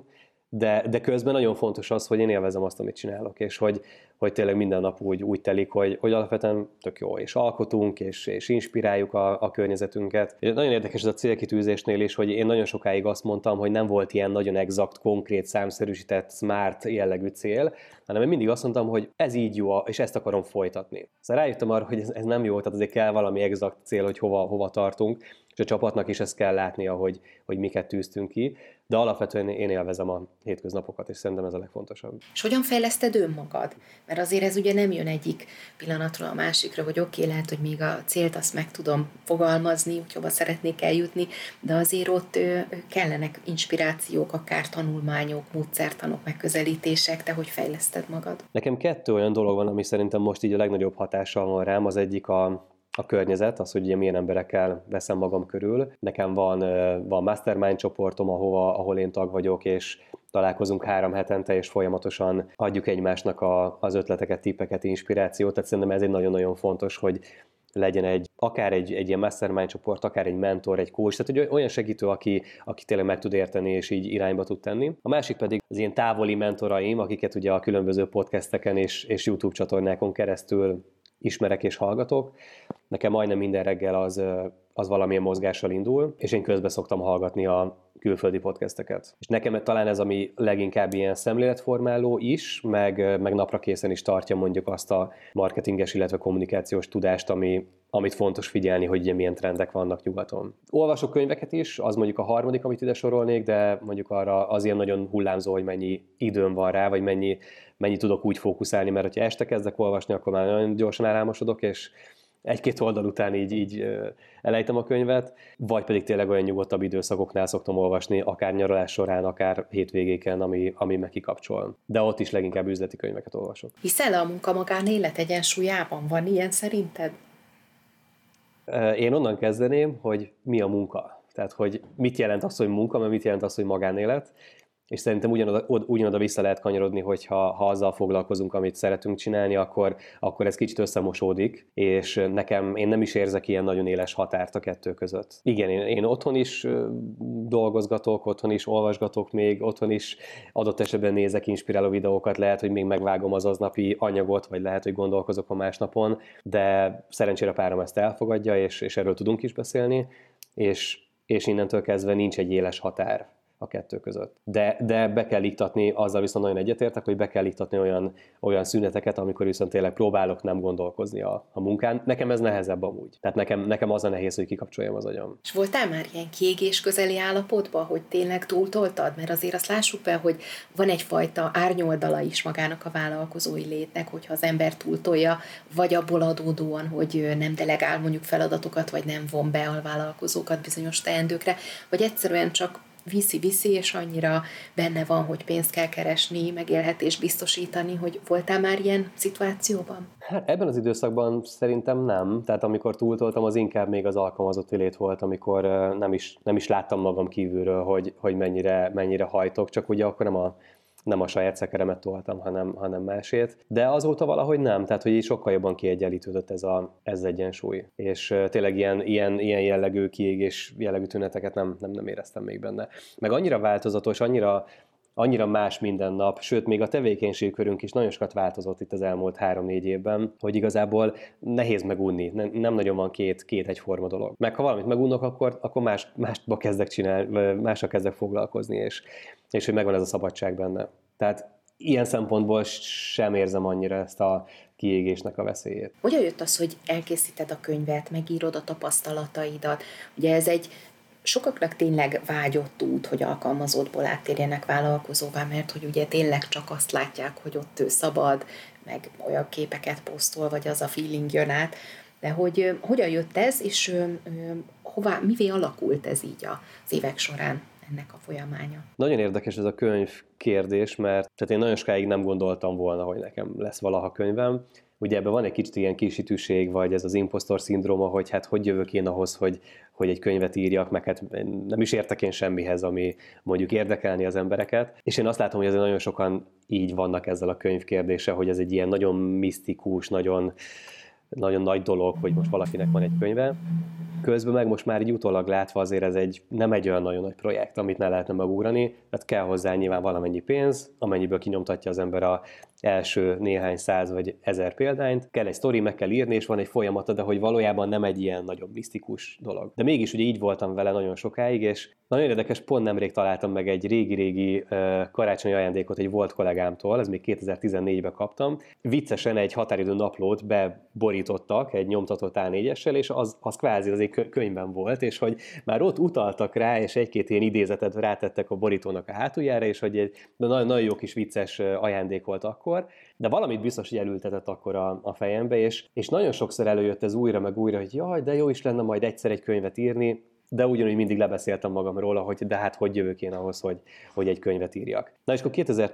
de közben nagyon fontos az, hogy én élvezem azt, amit csinálok, és hogy tényleg minden nap úgy telik, hogy alapvetően tök jó, és alkotunk, és inspiráljuk a környezetünket. És nagyon érdekes ez a célkitűzésnél is, hogy én nagyon sokáig azt mondtam, hogy nem volt ilyen nagyon exakt, konkrét, számszerűsített, smart jellegű cél, hanem én mindig azt mondtam, hogy ez így jó, és ezt akarom folytatni. Szóval rájöttem arra, hogy ez nem jó, tehát azért kell valami exakt cél, hogy hova tartunk, és a csapatnak is ezt kell látnia, hogy miket tűztünk ki, de alapvetően én élvezem a hétköznapokat, és szerintem ez a legfontosabb. És hogyan fejleszted önmagad? Mert azért ez ugye nem jön egyik pillanatról a másikra, hogy oké, lehet, hogy még a célt azt meg tudom fogalmazni, hogy hova szeretnék eljutni, de azért ott kellenek inspirációk, akár tanulmányok, módszertanok, megközelítések, te hogy fejleszted magad? Nekem 2 olyan dolog van, ami szerintem most így a legnagyobb hatással van rám. Az egyik a környezet, az, hogy ugye milyen emberekkel veszem magam körül. Nekem van mastermind csoportom, ahol én tag vagyok, és találkozunk 3 hetente, és folyamatosan adjuk egymásnak az ötleteket, tippeket, inspirációt. Tehát szerintem ez egy nagyon-nagyon fontos, hogy legyen akár egy ilyen mastermind csoport, akár egy mentor, egy coach, tehát olyan segítő, aki tényleg meg tud érteni, és így irányba tud tenni. A másik pedig az ilyen távoli mentoraim, akiket ugye a különböző podcasteken és YouTube csatornákon keresztül ismerek és hallgatok. Nekem majdnem minden reggel az valamilyen mozgással indul, és én közben szoktam hallgatni a külföldi podcasteket. És nekem talán ez, ami leginkább ilyen szemléletformáló is, meg napra készen is tartja mondjuk azt a marketinges, illetve kommunikációs tudást, amit fontos figyelni, hogy ugye milyen trendek vannak nyugaton. Olvasok könyveket is, az mondjuk a harmadik, amit ide sorolnék, de mondjuk arra az ilyen nagyon hullámzó, hogy mennyi időm van rá, vagy mennyi tudok úgy fókuszálni, mert ha este kezdek olvasni, akkor már nagyon gyorsan elálmosodok, és 1-2 oldal után így elejtem a könyvet, vagy pedig tényleg olyan nyugodtabb időszakoknál szoktam olvasni, akár nyaralás során, akár hétvégéken, ami meg kikapcsol. De ott is leginkább üzleti könyveket olvasok. Hiszel a munka-magánélet egyensúlyában? Van ilyen szerinted? Én onnan kezdeném, hogy mi a munka. Tehát, hogy mit jelent az, hogy munka, mert mit jelent az, hogy magánélet. És szerintem ugyanoda vissza lehet kanyarodni, hogyha azzal foglalkozunk, amit szeretünk csinálni, akkor ez kicsit összemosódik, és én nem is érzek ilyen nagyon éles határt a 2 között. Igen, én otthon is dolgozgatok, otthon is olvasgatok még, otthon is adott esetben nézek inspiráló videókat, lehet, hogy még megvágom az aznapi anyagot, vagy lehet, hogy gondolkozok a másnapon, de szerencsére a párom ezt elfogadja, és erről tudunk is beszélni, és innentől kezdve nincs egy éles határ a 2 között. De be kell iktatni, azzal viszont nagyon egyetértek, hogy be kell iktatni olyan szüneteket, amikor viszont tényleg próbálok nem gondolkozni a munkán. Nekem ez nehezebb amúgy. Tehát nekem az a nehéz, hogy kikapcsoljam az agyam. És voltál már ilyen kiégés közeli állapotban, hogy tényleg túltoltad? Mert azért azt lássuk be, hogy van egyfajta árnyoldala is magának a vállalkozói létnek, hogyha az ember túltolja, vagy abból adódóan, hogy nem delegál mondjuk feladatokat, vagy nem von be a vállalkozókat bizonyos teendőkre, vagy egyszerűen csak viszi, és annyira benne van, hogy pénzt kell keresni, megélhetést biztosítani, hogy voltál már ilyen szituációban? Hát ebben az időszakban szerintem nem. Tehát amikor túltoltam, az inkább még az alkalmazotti lét volt, amikor nem is láttam magam kívülről, hogy mennyire hajtok, csak ugye akkor nem a saját szekeremet toltam, hanem másét. De azóta valahogy nem, tehát hogy így sokkal jobban kiegyenlítődött ez egyensúly. És tényleg ilyen jellegű kiégés jellegű tüneteket nem éreztem még benne. Meg annyira változatos, annyira más minden nap, sőt, még a tevékenységkörünk is nagyon sokat változott itt az elmúlt 3-4 évben, hogy igazából nehéz megunni, nem nagyon van két egyforma dolog. Meg ha valamit megunnak, akkor másba kezdek csinálni, másra kezdek foglalkozni, és hogy megvan ez a szabadság benne. Tehát ilyen szempontból sem érzem annyira ezt a kiégésnek a veszélyét. Hogyan jött az, hogy elkészíted a könyvet, megírod a tapasztalataidat? Ugye ez egy sokaknak tényleg vágyott út, hogy alkalmazottból áttérjenek vállalkozóvá, mert hogy ugye tényleg csak azt látják, hogy ott ő szabad, meg olyan képeket posztol, vagy az a feeling jön át. De hogy hogyan jött ez, és mivé alakult ez így az évek során, ennek a folyamánya? Nagyon érdekes ez a könyv kérdés, mert tehát én nagyon sokáig nem gondoltam volna, hogy nekem lesz valaha könyvem. Ugye ebben van egy kicsit ilyen kisítőség, vagy ez az impostor szindróma, hogy hát hogy jövök én ahhoz, hogy egy könyvet írjak, meg hát nem is értek én semmihez, ami mondjuk érdekelni az embereket. És én azt látom, hogy azért nagyon sokan így vannak ezzel a könyv kérdése, hogy ez egy ilyen nagyon misztikus, nagyon nagy dolog, hogy most valakinek van egy könyve. Közben meg most már így utólag látva azért ez nem egy olyan nagyon nagy projekt, amit ne lehetne megugrani, tehát kell hozzá nyilván valamennyi pénz, amennyiből kinyomtatja az ember a első néhány 100 vagy 1000 példányt. Kell egy sztori, meg kell írni, és van egy folyamata, de hogy valójában nem egy ilyen nagyon misztikus dolog. De mégis ugye így voltam vele nagyon sokáig, és nagyon érdekes, pont nemrég találtam meg egy régi-régi karácsonyi ajándékot egy volt kollégámtól, ez még 2014-ben kaptam. Viccesen egy határidő naplót beborítottak egy nyomtatott A4-essel, és az kvázi az egy könyvben volt, és hogy már ott utaltak rá, és egy-két ilyen idézetet rátettek a borítónak a hátuljára, és hogy egy nagyon jó kis vicces ajándék volt akkor, de valamit biztos, hogy elültetett akkor a fejembe, és nagyon sokszor előjött ez újra meg újra, hogy jaj, de jó is lenne majd egyszer egy könyvet írni, de ugyanúgy mindig lebeszéltem magam róla, hogy de hát hogy jövök én ahhoz, hogy egy könyvet írjak. Na és akkor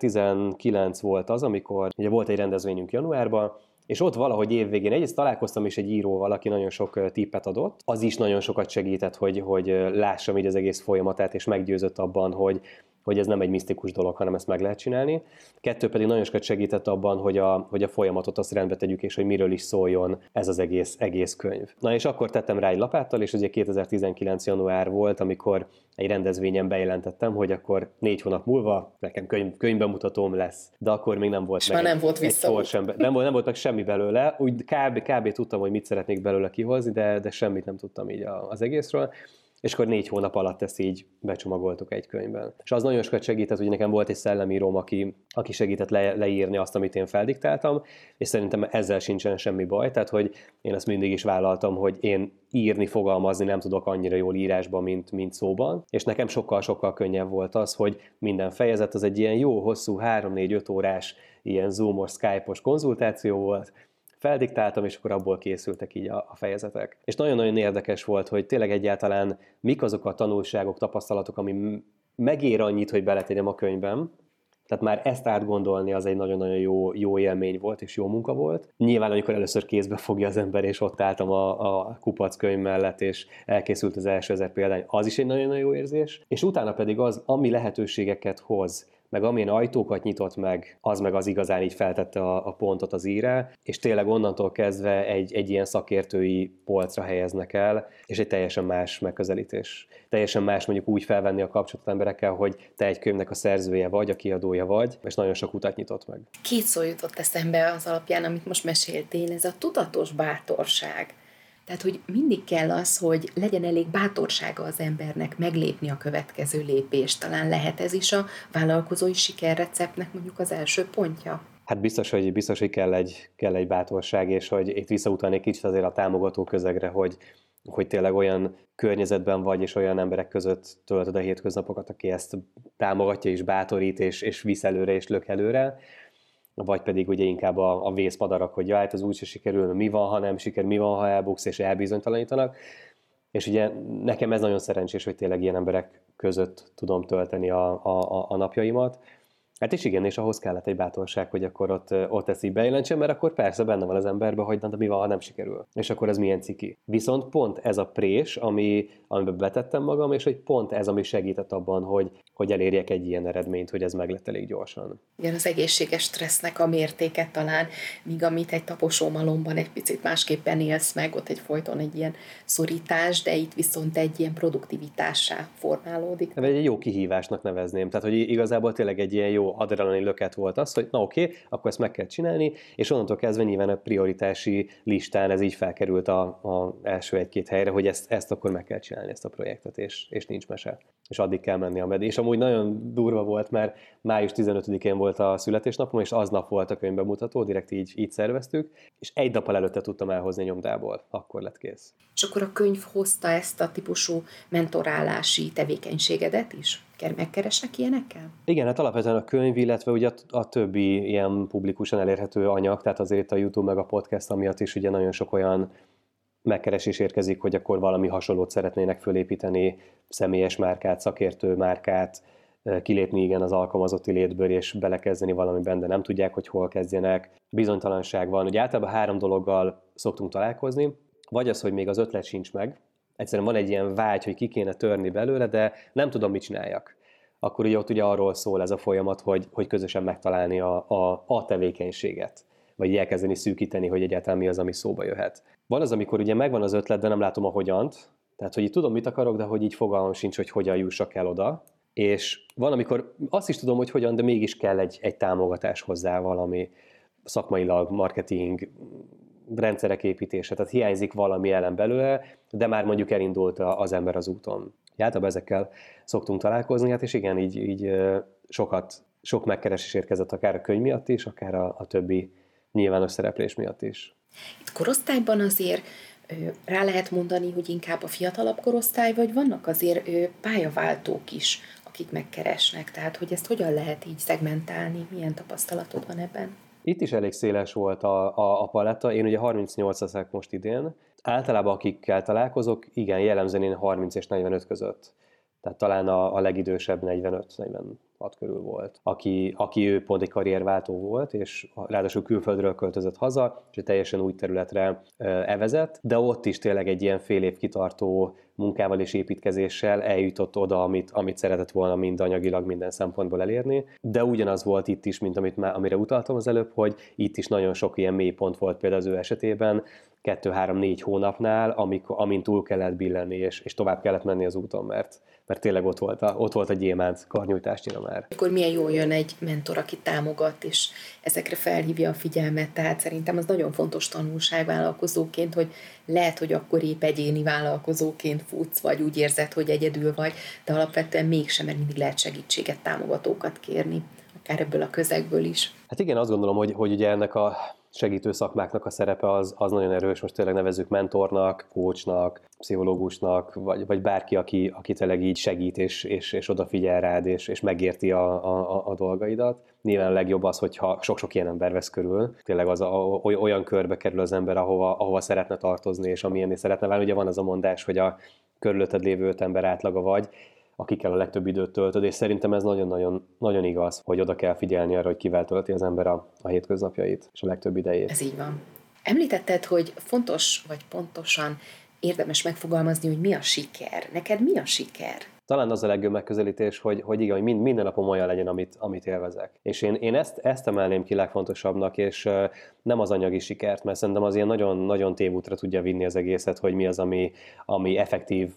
2019 volt az, amikor ugye volt egy rendezvényünk januárban, és ott valahogy évvégén egyrészt találkoztam is egy íróval, aki nagyon sok tippet adott. Az is nagyon sokat segített, hogy lássam így az egész folyamatát, és meggyőzött abban, hogy ez nem egy misztikus dolog, hanem ezt meg lehet csinálni. Kettő pedig nagyon sokat segített abban, hogy a folyamatot azt rendbe tegyük, és hogy miről is szóljon ez az egész könyv. Na és akkor tettem rá egy lapáttal, és ugye 2019. január volt, amikor egy rendezvényen bejelentettem, hogy akkor 4 hónap múlva nekem könyvbemutatóm lesz. De akkor még nem volt és meg már nem volt vissza. Nem volt meg semmi belőle. Úgy kb. Tudtam, hogy mit szeretnék belőle kihozni, de semmit nem tudtam így az egészről. És akkor 4 hónap alatt ezt így becsomagoltuk egy könyvben. És az nagyon sokat segített, hogy nekem volt egy szellemíróm, aki segített leírni azt, amit én feldiktáltam, és szerintem ezzel sincsen semmi baj, tehát hogy én azt mindig is vállaltam, hogy én írni, fogalmazni nem tudok annyira jól írásban, mint szóban, és nekem sokkal-sokkal könnyebb volt az, hogy minden fejezet az egy ilyen jó, hosszú 3-4-5 órás ilyen Zoom-os, Skype-os konzultáció volt, feldiktáltam, és akkor abból készültek így a fejezetek. És nagyon-nagyon érdekes volt, hogy tényleg egyáltalán mik azok a tanulságok, tapasztalatok, ami megér annyit, hogy beletegyem a könyvben. Tehát már ezt átgondolni az egy nagyon-nagyon jó élmény volt, és jó munka volt. Nyilván, amikor először kézbe fogja az ember, és ott álltam a kupackönyv mellett, és elkészült az első 1000 példány, az is egy nagyon-nagyon jó érzés. És utána pedig az, ami lehetőségeket hoz, meg amilyen ajtókat nyitott meg, az meg az igazán így feltette a pontot az írá, és tényleg onnantól kezdve egy ilyen szakértői polcra helyeznek el, és egy teljesen más megközelítés. Teljesen más mondjuk úgy felvenni a kapcsolatot emberekkel, hogy te egy könyvnek a szerzője vagy, a kiadója vagy, és nagyon sok utat nyitott meg. Két szó jutott eszembe az alapján, amit most meséltél, ez a tudatos bátorság. Tehát, hogy mindig kell az, hogy legyen elég bátorsága az embernek meglépni a következő lépést. Talán lehet ez is a vállalkozói sikerreceptnek mondjuk az első pontja? Hát biztos, hogy kell egy bátorság, és hogy itt visszautalnék kicsit azért a támogató közegre, hogy tényleg olyan környezetben vagy, és olyan emberek között töltöd a hétköznapokat, aki ezt támogatja, és bátorít, és visz előre, és lök előre, vagy pedig ugye inkább a vészmadarak, hogy hát az úgyse sikerül, mi van, ha nem sikerül, mi van, ha elbuksz, és elbizonytalanítanak. És ugye nekem ez nagyon szerencsés, hogy tényleg ilyen emberek között tudom tölteni a napjaimat. Hát és igen, és ahhoz kellett egy bátorság, hogy akkor ott ezt így bejelentsem, mert akkor persze benne van az emberben, hogy de mi van, ha nem sikerül. És akkor ez milyen ciki. Viszont pont ez a prés, amiben betettem magam, és hogy pont ez, ami segített abban, hogy elérjek egy ilyen eredményt, hogy ez meg lett elég gyorsan. Igen, az egészséges stressznek a mértéket talán, míg amit egy taposómalomban egy picit másképpen élsz meg, ott folyton egy ilyen szorítás, de itt viszont egy ilyen produktivitássá formálódik. Egy jó kihívásnak nevezném. Tehát, hogy igazából tényleg egy ilyen jó adrenalin löket volt az, hogy na oké, akkor ezt meg kell csinálni, és onnantól kezdve nyilván a prioritási listán ez így felkerült a első 1-2 helyre, hogy ezt akkor meg kell csinálni, ezt a projektet, és nincs mese. És addig kell menni a meddig. És amúgy nagyon durva volt, mert május 15-én volt a születésnapom, és aznap volt a könyvbemutató, direkt így szerveztük, és egy nappal előtte tudtam elhozni a nyomdából, akkor lett kész. És akkor a könyv hozta ezt a típusú mentorálási tevékenységedet is? Megkeresnek ilyenekkel? Igen, hát alapvetően a könyv, illetve ugye a többi ilyen publikusan elérhető anyag, tehát azért itt a YouTube meg a podcast amiatt is ugye nagyon sok olyan megkeresés érkezik, hogy akkor valami hasonlót szeretnének fölépíteni, személyes márkát, szakértő márkát, kilépni igen az alkalmazotti létből és belekezdeni valamiben, de nem tudják, hogy hol kezdjenek. Bizonytalanság van. Ugye általában 3 dologgal szoktunk találkozni, vagy az, hogy még az ötlet sincs meg, egyszerűen van egy ilyen vágy, hogy ki kéne törni belőle, de nem tudom, mit csináljak. Akkor ugye ott ugye arról szól ez a folyamat, hogy közösen megtalálni a tevékenységet, vagy elkezdeni szűkíteni, hogy egyáltalán mi az, ami szóba jöhet. Van az, amikor ugye megvan az ötlet, de nem látom a hogyant, Tehát, hogy így tudom, mit akarok, de hogy így fogalmam sincs, hogy hogyan jussak el oda. És van, amikor azt is tudom, hogy hogyan, de mégis kell egy támogatás hozzá, valami szakmailag, marketing, rendszerek építése, tehát hiányzik valami elem belőle, de már mondjuk elindult az ember az úton. Általában ezekkel szoktunk találkozni, hát és igen, így sok megkeresés érkezett akár a könyv miatt is, akár a többi nyilvános szereplés miatt is. Itt korosztályban azért rá lehet mondani, hogy inkább a fiatalabb korosztály, vagy vannak azért pályaváltók is, akik megkeresnek, tehát hogy ezt hogyan lehet így szegmentálni, milyen tapasztalatod van ebben? Itt is elég széles volt a paletta, én ugye 38 leszek most idén, általában akikkel találkozok, igen, jellemzően én 30 és 45 között. Tehát talán a legidősebb 45-46 körül volt, aki ő pont egy karrierváltó volt, és ráadásul külföldről költözött haza, és teljesen új területre evezett, de ott is tényleg egy ilyen fél év kitartó munkával és építkezéssel eljutott oda, amit szeretett volna mind anyagilag, minden szempontból elérni. De ugyanaz volt itt is, mint amire utaltam az előbb, hogy itt is nagyon sok ilyen mélypont volt például az ő esetében, 2-3-4 hónapnál, amin túl kellett billenni, és tovább kellett menni az úton, mert tényleg ott volt a gyémánt karnyújtásnyira már. Akkor milyen jól jön egy mentor, aki támogat, és ezekre felhívja a figyelmet, tehát szerintem az nagyon fontos tanulság vállalkozóként, hogy lehet, hogy akkor épp egyéni vállalkozóként futsz, vagy úgy érzed, hogy egyedül vagy, de alapvetően mégsem, mert mindig lehet segítséget, támogatókat kérni, akár ebből a közegből is. Hát igen, azt gondolom, hogy ugye ennek a segítő szakmáknak a szerepe az nagyon erős, most tényleg nevezzük mentornak, coachnak, pszichológusnak, vagy bárki, aki tényleg így segít, és odafigyel rád, és megérti a dolgaidat. Nyilván a legjobb az, hogyha sok-sok ilyen ember vesz körül, tényleg olyan körbe kerül az ember, ahova szeretne tartozni, és amilyenné szeretne válni. Ugye van az a mondás, hogy a körülötted lévő 5 ember átlaga vagy, akikkel a legtöbb időt töltöd, és szerintem ez nagyon-nagyon nagyon igaz, hogy oda kell figyelni arra, hogy kivel tölti az ember a hétköznapjait, és a legtöbb idejét. Ez így van. Említetted, hogy fontos, vagy pontosan érdemes megfogalmazni, hogy mi a siker. Neked mi a siker? Talán az a legjobb megközelítés, hogy igen, hogy minden napom olyan legyen, amit élvezek. És én ezt emelném ki legfontosabbnak, és nem az anyagi sikert, mert szerintem az ilyen nagyon tévútra tudja vinni az egészet, hogy mi az, ami effektív,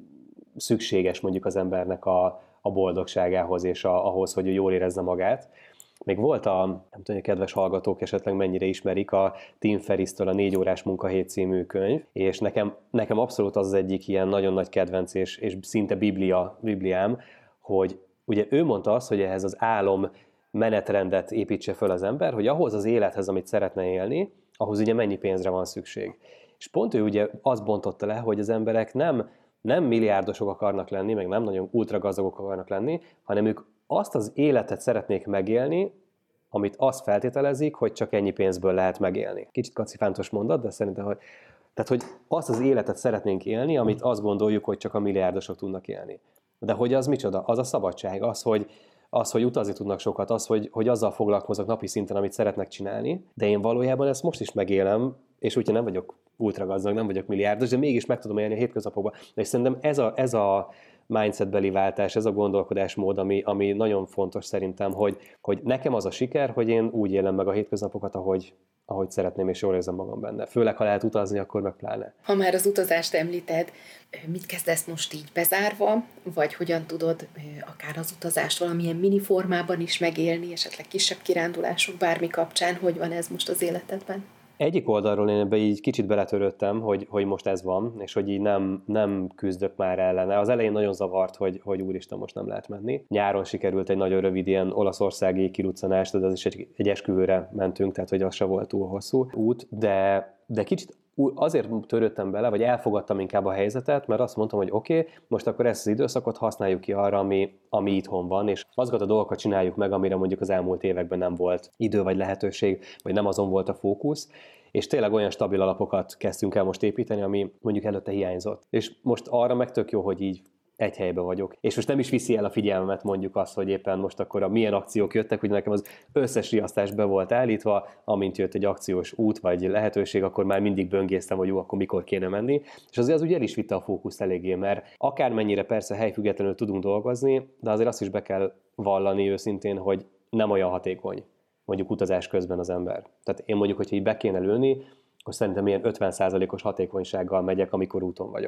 szükséges mondjuk az embernek a boldogságához, és ahhoz, hogy ő jól érezze magát. Még volt nem tudom, hogy a kedves hallgatók esetleg mennyire ismerik a Tim Ferriss-től a 4 órás munkahét című könyv, és nekem abszolút az egyik ilyen nagyon nagy kedvenc, és szinte bibliám, hogy ugye ő mondta azt, hogy ehhez az álom menetrendet építse föl az ember, hogy ahhoz az élethez, amit szeretne élni, ahhoz ugye mennyi pénzre van szükség. És pont ő ugye azt bontotta le, hogy az emberek nem milliárdosok akarnak lenni, meg nem nagyon ultragazdagok akarnak lenni, hanem ők azt az életet szeretnék megélni, amit azt feltételezik, hogy csak ennyi pénzből lehet megélni. Kicsit kacifántos mondat, de szerintem, hogy azt az életet szeretnénk élni, amit azt gondoljuk, hogy csak a milliárdosok tudnak élni. De hogy az micsoda? Az a szabadság, az, hogy utazni tudnak sokat, az, hogy azzal foglalkoznak napi szinten, amit szeretnek csinálni, de én valójában ezt most is megélem, és úgyhogy nem vagyok ultragazdag, nem vagyok milliárdos, de mégis meg tudom élni a hétköznapokban. És szerintem ez a mindsetbeli váltás, ez a gondolkodásmód, ami nagyon fontos szerintem, hogy nekem az a siker, hogy én úgy élem meg a hétköznapokat, ahogy szeretném, és jól érzem magam benne. Főleg, ha lehet utazni, akkor meg pláne. Ha már az utazást említed, mit kezdesz most így bezárva, vagy hogyan tudod akár az utazást valamilyen mini formában is megélni, esetleg kisebb kirándulások bármi kapcsán, hogy van ez most az életedben? Egyik oldalról én ebbe így kicsit beletörődtem, hogy most ez van, és hogy így nem küzdök már ellene. Az elején nagyon zavart, hogy úristen, most nem lehet menni. Nyáron sikerült egy nagyon rövid ilyen olaszországi kiruccanás, de az is egy esküvőre mentünk, tehát hogy az se volt túl hosszú út, de kicsit azért törődtem bele, vagy elfogadtam inkább a helyzetet, mert azt mondtam, hogy oké, most akkor ezt az időszakot használjuk ki arra, ami itthon van, és azokat a dolgokat csináljuk meg, amire mondjuk az elmúlt években nem volt idő vagy lehetőség, vagy nem azon volt a fókusz, és tényleg olyan stabil alapokat kezdtünk el most építeni, ami mondjuk előtte hiányzott. És most arra meg tök jó, hogy így egy helyben vagyok. És most nem is viszi el a figyelmemet mondjuk azt, hogy éppen most akkor milyen akciók jöttek, hogy nekem az összes riasztás be volt állítva, amint jött egy akciós út vagy lehetőség, akkor már mindig böngésztem, hogy jó, akkor mikor kéne menni. És azért az ugye el is vitte a fókuszt eléggé, mert akármennyire persze helyfüggetlenül tudunk dolgozni, de azért azt is be kell vallani őszintén, hogy nem olyan hatékony mondjuk utazás közben az ember. Tehát én mondjuk, hogyha így be kéne lőni, akkor szerintem ilyen 50%-os hatékonysággal megyek, amikor úton vagyok.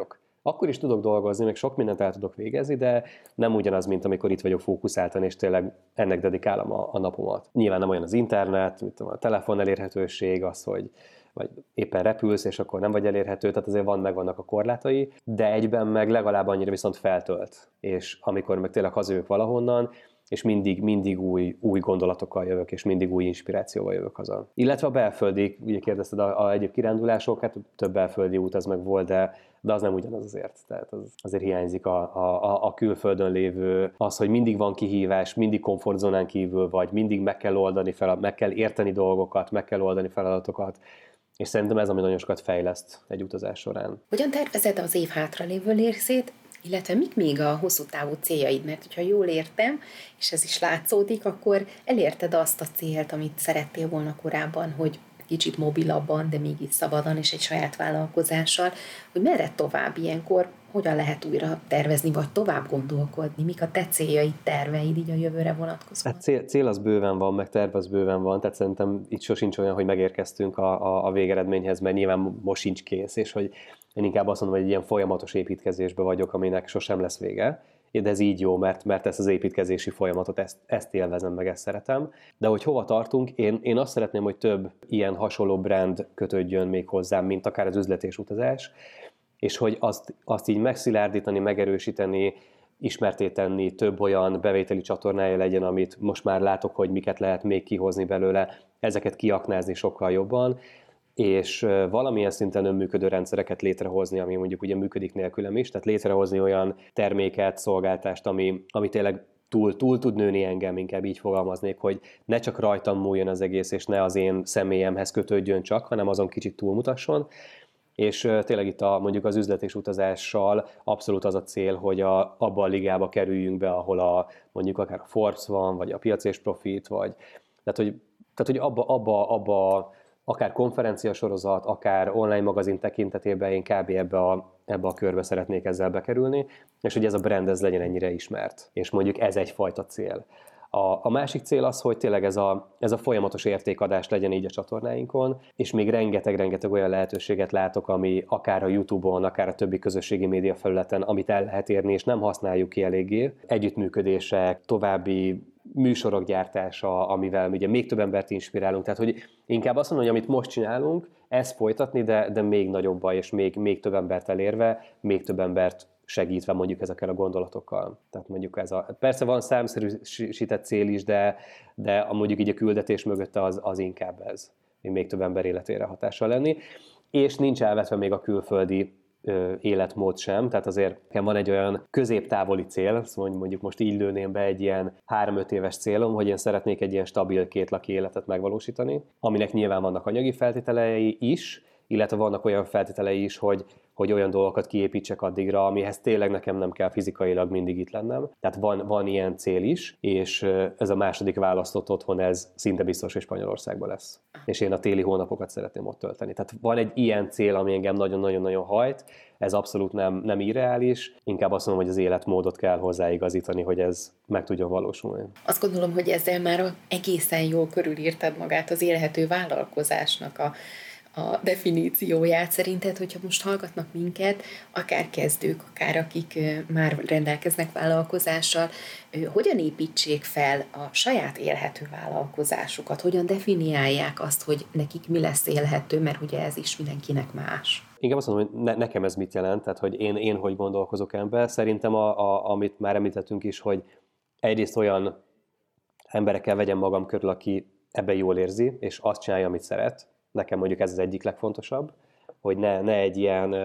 akkor is tudok dolgozni, meg sok mindent el tudok végezni, de nem ugyanaz, mint amikor itt vagyok fókuszáltan, és tényleg ennek dedikálom a napomat. Nyilván nem olyan az internet, mint a telefon elérhetőség, az, hogy vagy éppen repülsz, és akkor nem vagy elérhető, tehát azért megvannak a korlátai, de egyben meg legalább annyira viszont feltölt. És amikor meg tényleg hazajövök valahonnan, és mindig új gondolatokkal jövök, és mindig új inspirációval jövök haza. Illetve a belföldi, ugye kérdezted a egyéb kirándulások, hát több belföldi út az meg volt, de az nem ugyanaz azért. Tehát azért hiányzik a külföldön lévő, az, hogy mindig van kihívás, mindig komfortzónán kívül vagy, mindig meg kell oldani meg kell érteni dolgokat, meg kell oldani feladatokat, és szerintem ez, ami nagyon sokat fejleszt egy utazás során. Hogyan tervezed az év hátralévő részét, illetve mik még a hosszú távú céljaid? Mert hogyha jól értem, és ez is látszódik, akkor elérted azt a célt, amit szerettél volna korábban, hogy kicsit mobilabban, de mégis szabadon és egy saját vállalkozással, hogy merre tovább ilyenkor, hogyan lehet újra tervezni, vagy tovább gondolkodni, mik a te céljaid, terveid így a jövőre vonatkozóan? Hát cél az bőven van, meg terv az bőven van, tehát szerintem itt sosincs olyan, hogy megérkeztünk a végeredményhez, mert nyilván most sincs kész, és hogy én inkább azt mondom, hogy egy ilyen folyamatos építkezésbe vagyok, aminek sosem lesz vége, de ez így jó, mert ezt az építkezési folyamatot, ezt élvezem, meg ezt szeretem. De hogy hova tartunk, én azt szeretném, hogy több ilyen hasonló brand kötődjön még hozzám, mint akár az üzlet és utazás, és hogy azt így megszilárdítani, megerősíteni, ismertté tenni, több olyan bevételi csatornája legyen, amit most már látok, hogy miket lehet még kihozni belőle, ezeket kiaknázni sokkal jobban, és valamilyen szinten önműködő rendszereket létrehozni, ami mondjuk ugye működik nélkülem is, tehát létrehozni olyan terméket, szolgáltást, ami tényleg túl tud nőni engem, inkább így fogalmaznék, hogy ne csak rajtam múljon az egész, és ne az én személyemhez kötődjön csak, hanem azon kicsit túlmutasson. És tényleg itt mondjuk az üzlet és utazással abszolút az a cél, hogy abba a ligába kerüljünk be, ahol mondjuk akár a Forbes van, vagy a Piac és Profit, vagy tehát hogy abba akár konferencia sorozat, akár online magazin tekintetében én kb. Ebbe a körbe szeretnék ezzel bekerülni, és hogy ez a brand ez legyen ennyire ismert. És mondjuk ez egyfajta cél. A másik cél az, hogy tényleg ez a folyamatos értékadás legyen így a csatornáinkon, és még rengeteg olyan lehetőséget látok, ami akár a YouTube-on, akár a többi közösségi média felületen, amit el lehet érni, és nem használjuk ki eléggé. Együttműködések, további műsorok gyártása, amivel ugye még több embert inspirálunk. Tehát, hogy inkább azt mondom, hogy amit most csinálunk, ezt folytatni, de még nagyobba, és még több embert elérve, még több embert segítve mondjuk ezekkel a gondolatokkal. Tehát mondjuk persze van számszerűsített cél is, de mondjuk így a küldetés mögötte az inkább ez, még több ember életére hatással lenni. És nincs elvetve még a külföldi életmód sem, tehát azért van egy olyan középtávoli cél, szóval mondjuk most így lőném be egy ilyen 3-5 éves célom, hogy én szeretnék egy ilyen stabil kétlaki életet megvalósítani, aminek nyilván vannak anyagi feltételei is, illetve vannak olyan feltételei is, hogy olyan dolgokat kiépítsek addigra, amihez tényleg nekem nem kell fizikailag mindig itt lennem. Tehát van ilyen cél is, és ez a második választott otthon, ez szinte biztos, hogy Spanyolországban lesz. És én a téli hónapokat szeretném ott tölteni. Tehát van egy ilyen cél, ami engem nagyon-nagyon-nagyon hajt, ez abszolút nem irreális, inkább azt mondom, hogy az életmódot kell hozzáigazítani, hogy ez meg tudjon valósulni. Azt gondolom, hogy ezzel már egészen jól körülírtad magát az élhető vállalkozásnak a definícióját. Szerinted, hogyha most hallgatnak minket, akár kezdők, akár akik már rendelkeznek vállalkozással, hogyan építsék fel a saját élhető vállalkozásukat? Hogyan definiálják azt, hogy nekik mi lesz élhető, mert ugye ez is mindenkinek más? Inkább azt mondom, hogy nekem ez mit jelent, tehát hogy én hogy gondolkozok ebben. Szerintem, amit már említettünk is, hogy egyrészt olyan emberekkel vegyem magam körül, aki ebben jól érzi, és azt csinálja, amit szeret. Nekem mondjuk ez az egyik legfontosabb, hogy ne egy ilyen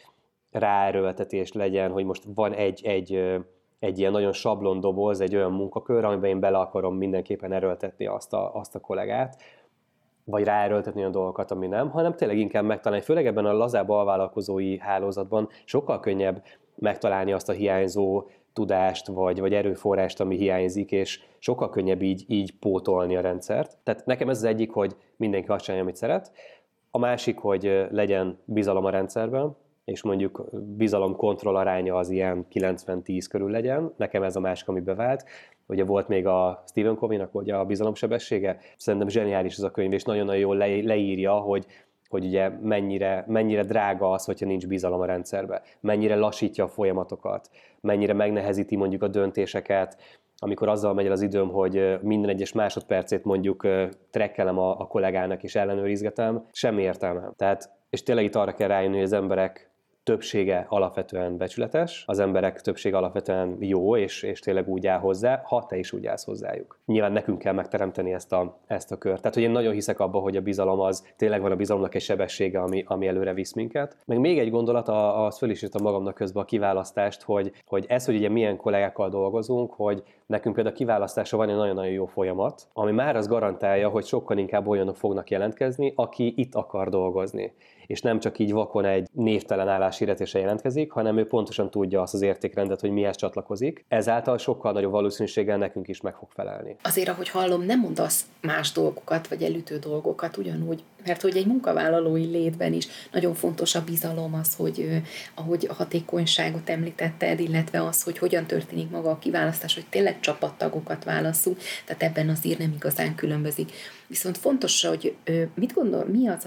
ráerőltetés legyen, hogy most van egy ilyen nagyon sablon doboz, egy olyan munkakör, amiben én bele akarom mindenképpen erőltetni azt a kollégát, vagy ráerőltetni olyan dolgokat, ami nem, hanem tényleg inkább megtalálni, főleg ebben a lazább alvállalkozói hálózatban sokkal könnyebb megtalálni azt a hiányzó tudást, vagy erőforrást, ami hiányzik, és sokkal könnyebb így pótolni a rendszert. Tehát nekem ez az egyik, hogy mindenki azt csinálja, amit szeret. A másik, hogy legyen bizalom a rendszerben, és mondjuk bizalom-kontroll aránya az ilyen 90-10 körül legyen. Nekem ez a másik, ami bevált. Ugye volt még a Stephen Covey-nak ugye a bizalomsebessége. Szerintem zseniális ez a könyv, és nagyon-nagyon jól leírja, hogy hogy ugye mennyire drága az, hogyha nincs bizalom a rendszerbe, mennyire lassítja a folyamatokat, mennyire megnehezíti mondjuk a döntéseket, amikor azzal megy el az időm, hogy minden egyes másodpercét mondjuk trekkelem a kollégának és ellenőrizgetem, semmi értelme. Tehát, és tényleg itt arra kell rájönni, hogy az emberek többsége alapvetően becsületes, az emberek többsége alapvetően jó, és tényleg úgy áll hozzá, ha te is úgy állsz hozzájuk. Nyilván nekünk kell megteremteni ezt a kört. Tehát, hogy én nagyon hiszek abba, hogy a bizalom az tényleg van a bizalomnak egy sebessége, ami előre visz minket. Meg még egy gondolat, azt föl is írtam magamnak közben a kiválasztást, hogy hogy ugye milyen kollégákkal dolgozunk, hogy nekünk például a kiválasztásra van egy nagyon-nagyon jó folyamat, ami már az garantálja, hogy sokkal inkább olyanok fognak jelentkezni, aki itt akar dolgozni. És nem csak így vakon egy névtelen álláshirdetésre jelentkezik, hanem ő pontosan tudja azt az értékrendet, hogy mihez csatlakozik. Ezáltal sokkal nagyobb valószínűséggel nekünk is meg fog felelni. Azért, ahogy hallom, nem mondasz más dolgokat, vagy elütő dolgokat ugyanúgy, mert hogy egy munkavállalói létben is nagyon fontos a bizalom, az, hogy ahogy a hatékonyságot említetted, illetve az, hogy hogyan történik maga a kiválasztás, hogy tényleg csapattagokat válasszunk, tehát ebben azért nem igazán különbözik. Viszont fontos, hogy mit gondol,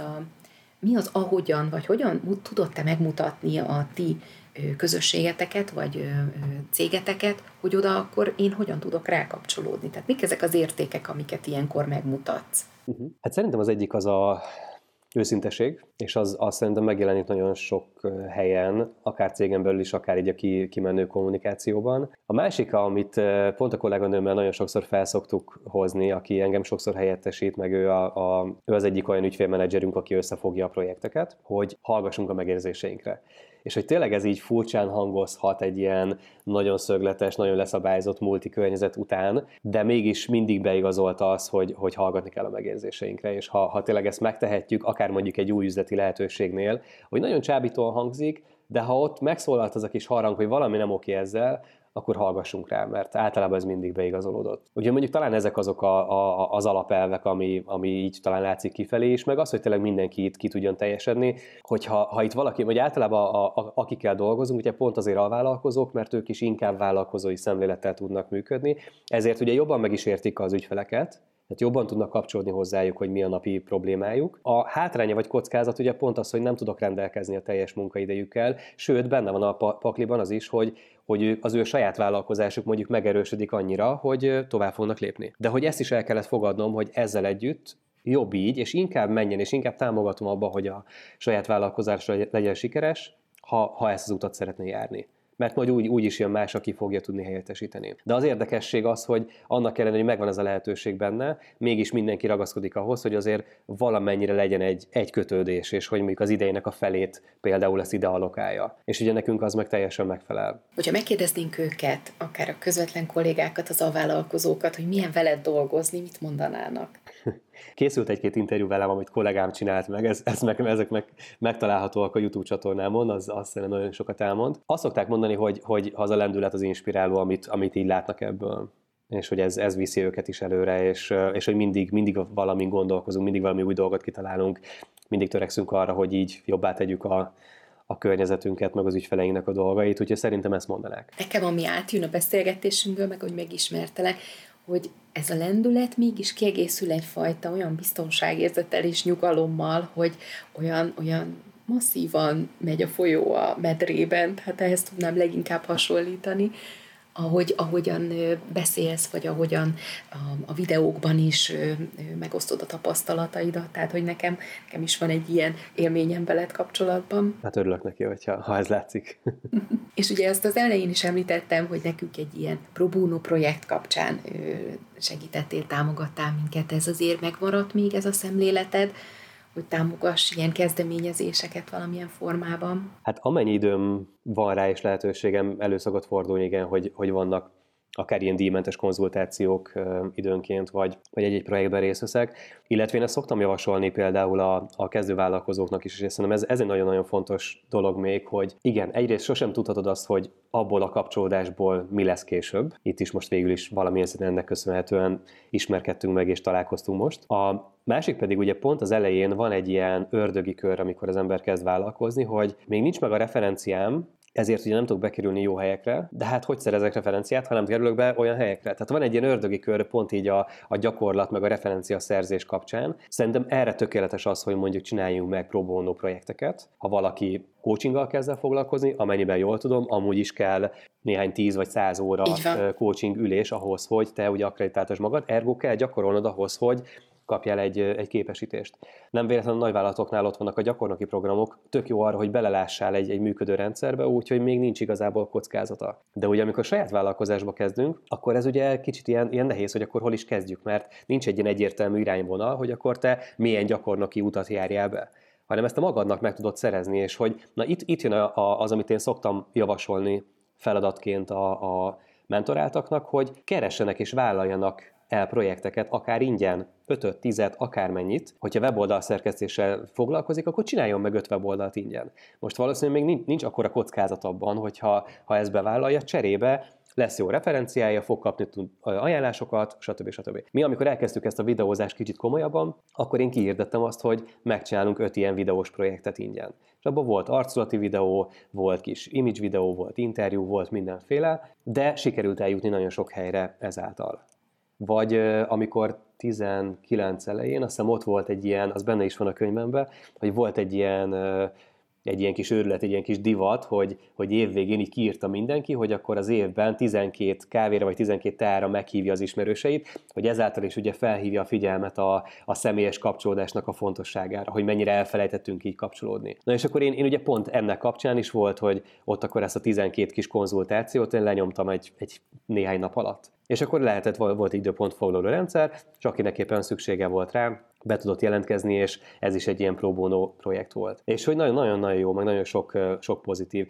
mi az ahogyan, vagy hogyan tudod te megmutatni a ti közösségeteket, vagy cégeteket, hogy oda akkor én hogyan tudok rákapcsolódni? Tehát mik ezek az értékek, amiket ilyenkor megmutatsz? Hát szerintem az egyik az a őszinteség, és az szerintem megjelenik nagyon sok helyen, akár cégen belül is, akár így a kimenő kommunikációban. A másik, amit pont a kolléganőmmel nagyon sokszor felszoktuk hozni, aki engem sokszor helyettesít, meg ő az egyik olyan ügyfélmenedzserünk, aki összefogja a projekteket, hogy hallgassunk a megérzéseinkre. És hogy tényleg ez így furcsán hangozhat egy ilyen nagyon szögletes, nagyon leszabályozott multikörnyezet után, de mégis mindig beigazolta az, hogy hallgatni kell a megérzéseinkre, és ha tényleg ezt megtehetjük, akár mondjuk egy új üzleti lehetőségnél, hogy nagyon csábítóan hangzik, de ha ott megszólalt az a kis harang, hogy valami nem oké ezzel, akkor hallgassunk rá, mert általában ez mindig beigazolódott. Ugye mondjuk talán ezek azok az alapelvek, ami így talán látszik kifelé is, meg az, hogy tényleg mindenki itt ki tudjon teljesedni, hogyha itt valaki, vagy általában akikkel dolgozunk, ugye pont azért alvállalkozók, mert ők is inkább vállalkozói szemlélettel tudnak működni, ezért ugye jobban meg is értik az ügyfeleket, tehát jobban tudnak kapcsolódni hozzájuk, hogy mi a napi problémájuk. A hátránya vagy kockázat ugye pont az, hogy nem tudok rendelkezni a teljes munkaidejükkel, sőt, benne van a pakliban az is, hogy az ő saját vállalkozásuk mondjuk megerősödik annyira, hogy tovább fognak lépni. De hogy ezt is el kellett fogadnom, hogy ezzel együtt jobb így, és inkább menjen, és inkább támogatom abba, hogy a saját vállalkozásra legyen sikeres, ha ezt az utat szeretné járni. Mert majd úgy is jön más, aki fogja tudni helyettesíteni. De az érdekesség az, hogy annak ellenére, hogy megvan ez a lehetőség benne, mégis mindenki ragaszkodik ahhoz, hogy azért valamennyire legyen egy kötődés, és hogy mondjuk az idejének a felét például ezt ide allokálja. És ugye nekünk az meg teljesen megfelel. Hogyha megkérdeznénk őket, akár a közvetlen kollégákat, az alvállalkozókat, hogy milyen veled dolgozni, mit mondanának? Készült egy-két interjú velem, amit kollégám csinált meg, ezek megtalálhatóak a YouTube csatornámon, az szerintem nagyon sokat elmond. Azt szokták mondani, hogy az a lendület az inspiráló, amit így látnak ebből, és hogy ez viszi őket is előre, és hogy mindig valamin gondolkozunk, mindig valami új dolgot kitalálunk, mindig törekszünk arra, hogy így jobbá tegyük a környezetünket, meg az ügyfeleinknek a dolgait, úgyhogy szerintem ezt mondanák. Nekem ami átjön a beszélgetésünkből, meg hogy megismertelek, hogy ez a lendület mégis kiegészül egyfajta olyan biztonságérzettel és nyugalommal, hogy olyan masszívan megy a folyó a medrében, tehát ehhez tudnám leginkább hasonlítani, ahogyan beszélsz, vagy ahogyan a videókban is megosztod a tapasztalataidat, tehát hogy nekem is van egy ilyen élményem veled kapcsolatban. Hát örülök neki, ha ez látszik. És ugye azt az elején is említettem, hogy nekünk egy ilyen Pro Bono projekt kapcsán segítettél, támogattál minket, ez azért megmaradt még ez a szemléleted, hogy támogass ilyen kezdeményezéseket valamilyen formában? Hát amennyi időm van rá és lehetőségem, elő szokott fordulni, igen, hogy vannak akár ilyen díjmentes konzultációk időnként, vagy egy projektben részt veszek. Illetve én ezt szoktam javasolni például a kezdővállalkozóknak is, és szerintem ez egy nagyon-nagyon fontos dolog még, hogy igen, egyrészt sosem tudhatod azt, hogy abból a kapcsolódásból mi lesz később. Itt is most végül is valamilyen szinten ennek köszönhetően ismerkedtünk meg és találkoztunk most. A másik pedig ugye pont az elején van egy ilyen ördögi kör, amikor az ember kezd vállalkozni, hogy még nincs meg a referenciám, ezért ugye nem tudok bekerülni jó helyekre, de hát hogy szerezek referenciát, ha nem kerülök be olyan helyekre? Tehát van egy ilyen ördögi kör pont így a gyakorlat meg a referencia szerzés kapcsán. Szerintem erre tökéletes az, hogy mondjuk csináljunk meg pro bono projekteket. Ha valaki coachinggal kezd el foglalkozni, amennyiben jól tudom, amúgy is kell néhány 10 vagy 100 óra coaching ülés ahhoz, hogy te ugye akkreditáltasd magad, ergo kell gyakorolnod ahhoz, hogy kapjál egy képesítést. Nem véletlenül a nagyvállalatoknál ott vannak a gyakornoki programok, tök jó arra, hogy belelássál egy működő rendszerbe, úgyhogy még nincs igazából kockázata. De ugye amikor saját vállalkozásba kezdünk, akkor ez ugye kicsit ilyen nehéz, hogy akkor hol is kezdjük, mert nincs egy ilyen egyértelmű irányvonal, hogy akkor te milyen gyakornoki utat járjál be, hanem ezt a magadnak meg tudod szerezni, és hogy na itt jön az, amit én szoktam javasolni feladatként a mentoráltaknak, hogy keressenek és vállaljanak el projekteket, akár ingyen, 5-10, akármennyit, hogyha weboldal szerkesztéssel foglalkozik, akkor csináljon meg 5 weboldalt ingyen. Most valószínűleg még nincs akkora kockázat abban, hogyha ezt bevállalja, cserébe lesz jó referenciája, fog kapni ajánlásokat, stb. Mi, amikor elkezdtük ezt a videózást kicsit komolyabban, akkor én kihirdettem azt, hogy megcsinálunk 5 ilyen videós projektet ingyen. És abban volt arculati videó, volt kis image videó, volt interjú, volt mindenféle, de sikerült eljutni nagyon sok helyre ezáltal. Vagy amikor 19 elején, azt hiszem ott volt egy ilyen, az benne is van a könyvemben, hogy volt egy ilyen kis őrület, egy ilyen kis divat, hogy évvégén így kiírta mindenki, hogy akkor az évben 12 kávéra vagy 12 teára meghívja az ismerőseit, hogy ezáltal is ugye felhívja a figyelmet a személyes kapcsolódásnak a fontosságára, hogy mennyire elfelejtettünk így kapcsolódni. Na és akkor én ugye pont ennek kapcsán is volt, hogy ott akkor ezt a 12 kis konzultációt én lenyomtam egy néhány nap alatt. És akkor volt időpontfoglaló rendszer, és akinek éppen szüksége volt rá, be tudott jelentkezni, és ez is egy ilyen pro bono projekt volt. És hogy nagyon-nagyon jó, meg nagyon sok pozitív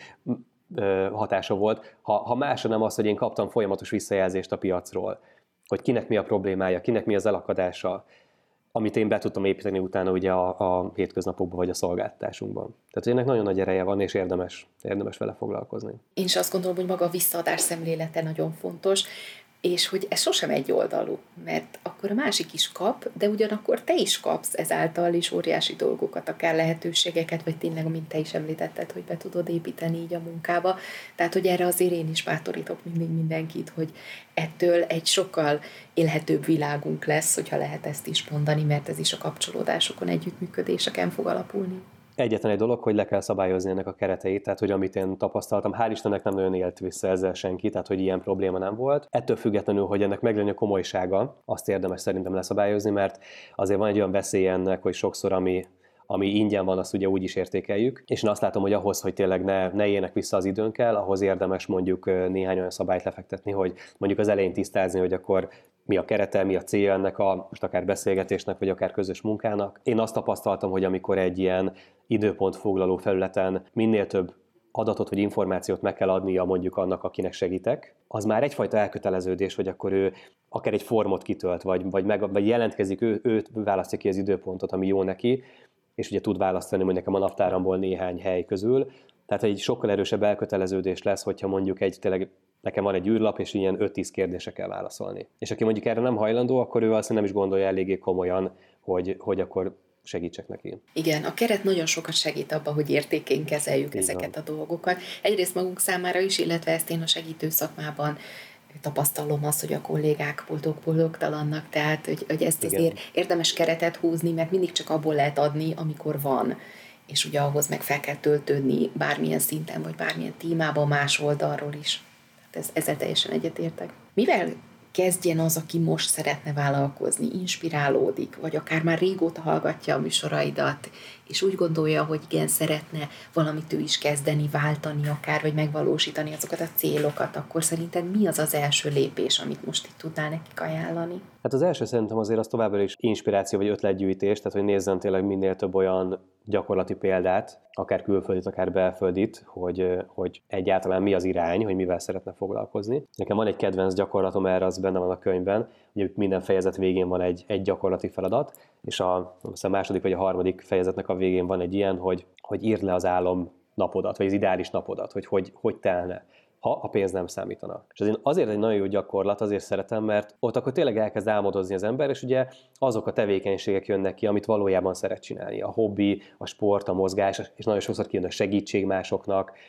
hatása volt. Ha másra nem az, hogy én kaptam folyamatos visszajelzést a piacról, hogy kinek mi a problémája, kinek mi az elakadása, amit én be tudtam építeni utána ugye a hétköznapokban vagy a szolgáltatásunkban. Tehát ennek nagyon nagy ereje van, és érdemes vele foglalkozni. Én is azt gondolom, hogy maga a visszaadás szemlélete nagyon fontos, és hogy ez sosem egyoldalú, mert akkor a másik is kap, de ugyanakkor te is kapsz ezáltal is óriási dolgokat, akár lehetőségeket, vagy tényleg, mint te is említetted, hogy be tudod építeni így a munkába. Tehát, hogy erre azért én is bátorítok mindig mindenkit, hogy ettől egy sokkal élhetőbb világunk lesz, hogyha lehet ezt is mondani, mert ez is a kapcsolódásokon, együttműködéseken fog alapulni. Egyetlen egy dolog, hogy le kell szabályozni ennek a kereteit, tehát hogy amit én tapasztaltam, hál' Istennek nem nagyon élt vissza ezzel senki, tehát hogy ilyen probléma nem volt. Ettől függetlenül, hogy ennek meglegyen a komolysága, azt érdemes szerintem leszabályozni, mert azért van egy olyan veszély ennek, hogy sokszor ami ingyen van, azt ugye úgy is értékeljük, és én azt látom, hogy ahhoz, hogy tényleg ne éljenek vissza az időnkkel, ahhoz érdemes mondjuk néhány olyan szabályt lefektetni, hogy mondjuk az elején tisztázni, hogy akkor mi a kerete, mi a célja ennek most akár beszélgetésnek, vagy akár közös munkának. Én azt tapasztaltam, hogy amikor egy ilyen időpontfoglaló felületen minél több adatot vagy információt meg kell adnia mondjuk annak, akinek segítek, az már egyfajta elköteleződés, hogy akkor ő akár egy formot kitölt, vagy jelentkezik, ő választja ki az időpontot, ami jó neki, és ugye tud választani, hogy nekem a naptáramból néhány hely közül. Tehát egy sokkal erősebb elköteleződés lesz, hogyha mondjuk tényleg nekem van egy űrlap, és ilyen 5-10 kérdésre kell válaszolni. És aki mondjuk erre nem hajlandó, akkor ő azt nem is gondolja eléggé komolyan, hogy akkor segítsek neki. Igen, a keret nagyon sokat segít abban, hogy értékén kezeljük ezeket a dolgokat. Egyrészt magunk számára is, illetve ezt én a segítő szakmában tapasztalom azt, hogy a kollégák boldogtalannak, tehát hogy ezt azért érdemes keretet húzni, mert mindig csak abból lehet adni, amikor van. És ugye ahhoz meg fel kell töltődni bármilyen szinten, vagy bármilyen témában, más oldalról is. Tehát ezzel teljesen egyetértek. Mivel kezdjen az, aki most szeretne vállalkozni, inspirálódik, vagy akár már régóta hallgatja a műsoraidat, és úgy gondolja, hogy igen, szeretne valamit ő is kezdeni, váltani akár, vagy megvalósítani azokat a célokat, akkor szerinted mi az az első lépés, amit most itt tudnál nekik ajánlani? Hát az első szerintem azért az továbbra is inspiráció vagy ötletgyűjtés, tehát hogy nézzen tényleg minél több olyan gyakorlati példát, akár külföldit, akár belföldit, hogy egyáltalán mi az irány, hogy mivel szeretne foglalkozni. Nekem van egy kedvenc gyakorlatom erre, az benne van a könyvben, ugye minden fejezet végén van egy gyakorlati feladat, és a második vagy a harmadik fejezetnek a végén van egy ilyen, hogy írd le az álom napodat, vagy az ideális napodat, hogy telne, ha a pénz nem számítana. És azért egy nagyon jó gyakorlat, azért szeretem, mert ott akkor tényleg elkezd álmodozni az ember, és ugye azok a tevékenységek jönnek ki, amit valójában szeret csinálni. A hobbi, a sport, a mozgás, és nagyon sokszor kijön a segítség másoknak,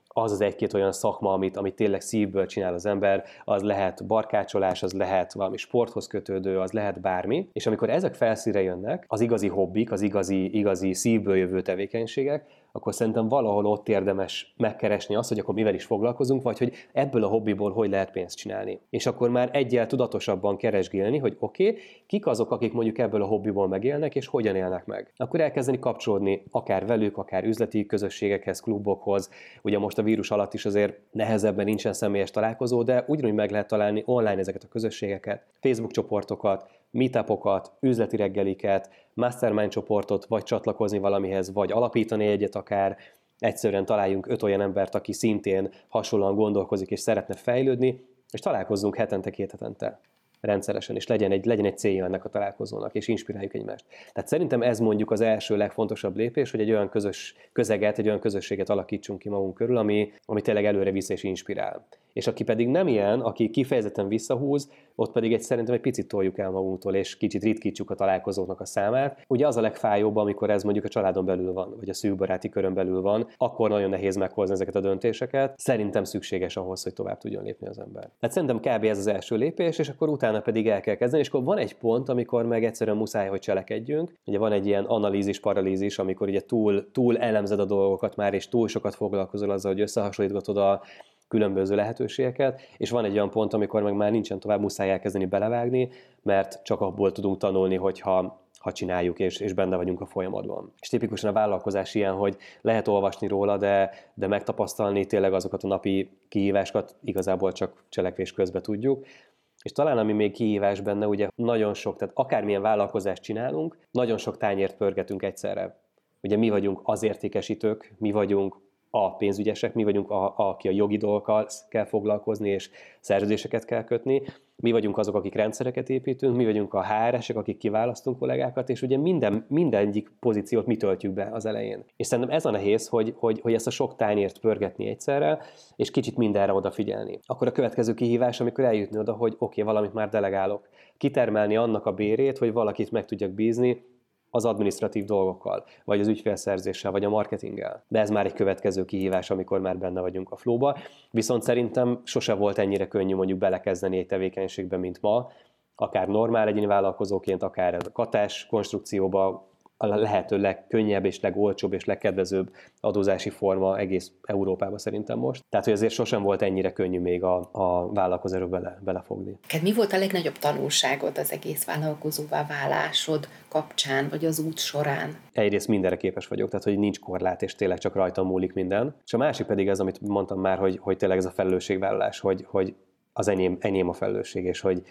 az az egy-két olyan szakma, amit tényleg szívből csinál az ember, az lehet barkácsolás, az lehet valami sporthoz kötődő, az lehet bármi, és amikor ezek felszínre jönnek, az igazi hobbik, az igazi szívből jövő tevékenységek, akkor szerintem valahol ott érdemes megkeresni azt, hogy akkor mivel is foglalkozunk, vagy hogy ebből a hobbiból hogy lehet pénzt csinálni. És akkor már egyel tudatosabban keresgélni, hogy oké, kik azok, akik mondjuk ebből a hobbiból megélnek, és hogyan élnek meg. Akkor elkezdeni kapcsolódni akár velük, akár üzleti közösségekhez, klubokhoz. Ugye most a vírus alatt is azért nehezebben nincsen személyes találkozó, de ugyanúgy meg lehet találni online ezeket a közösségeket, Facebook csoportokat, meetupokat, üzleti reggeliket, mastermind csoportot, vagy csatlakozni valamihez, vagy alapítani egyet akár, egyszerűen találjunk 5 olyan embert, aki szintén hasonlóan gondolkozik és szeretne fejlődni, és találkozzunk hetente, 2 hetente rendszeresen, és legyen egy célja ennek a találkozónak, és inspiráljuk egymást. Tehát szerintem ez mondjuk az első legfontosabb lépés, hogy egy olyan közös közeget, egy olyan közösséget alakítsunk ki magunk körül, ami tényleg előre visz és inspirál. És aki pedig nem ilyen, aki kifejezetten visszahúz, ott pedig szerintem egy picit toljuk el magunktól, és kicsit ritkítsuk a találkozóknak a számát. Ugye az a legfájóbb, amikor ez mondjuk a családon belül van, vagy a szűkbaráti körön belül van, akkor nagyon nehéz meghozni ezeket a döntéseket. Szerintem szükséges ahhoz, hogy tovább tudjon lépni az ember. Tehát szerintem kb. Ez az első lépés, és akkor utána pedig el kell kezdeni, és akkor van egy pont, amikor meg egyszerűen muszáj, hogy cselekedjünk. Ugye van egy ilyen analízis-paralízis, amikor ugye túl elemzed a dolgokat már, és túl sokat foglalkozol azzal, hogy összehasonlítgatod a különböző lehetőségeket, és van egy olyan pont, amikor meg már nincsen tovább, muszáj elkezdeni belevágni, mert csak abból tudunk tanulni, hogyha csináljuk, és benne vagyunk a folyamatban. És tipikusan a vállalkozás ilyen, hogy lehet olvasni róla, de megtapasztalni tényleg azokat a napi kihívásokat igazából csak cselekvés közben tudjuk. És talán ami még kihívás benne, ugye nagyon sok, tehát akármilyen vállalkozást csinálunk, nagyon sok tányért pörgetünk egyszerre. Ugye mi vagyunk az értékesítők, mi vagyunk a pénzügyesek, mi vagyunk aki a jogi dolgokkal kell foglalkozni, és szerződéseket kell kötni, mi vagyunk azok, akik rendszereket építünk, mi vagyunk a HR-esek, akik kiválasztunk kollégákat, és ugye mindegyik pozíciót mi töltjük be az elején. És szerintem ez a nehéz, hogy ezt a sok tányért pörgetni egyszerre, és kicsit mindenre odafigyelni. Akkor a következő kihívás, amikor eljutni oda, hogy oké, valamit már delegálok. Kitermelni annak a bérét, hogy valakit meg tudjak bízni az adminisztratív dolgokkal, vagy az ügyfélszerzéssel, vagy a marketinggel. De ez már egy következő kihívás, amikor már benne vagyunk a flowba. Viszont szerintem sose volt ennyire könnyű mondjuk belekezdeni egy tevékenységbe, mint ma, akár normál egyéni vállalkozóként, akár a katás konstrukcióba, a lehető legkönnyebb és legolcsóbb és legkedvezőbb adózási forma egész Európában szerintem most. Tehát, hogy azért sosem volt ennyire könnyű még a vállalkozásba belefogni. Mi volt a legnagyobb tanulságod az egész vállalkozóvá válásod kapcsán, vagy az út során? Egyrészt mindenre képes vagyok, tehát hogy nincs korlát, és tényleg csak rajtam múlik minden. És a másik pedig ez, amit mondtam már, hogy tényleg ez a felelősségvállalás, hogy az enyém a felelősség,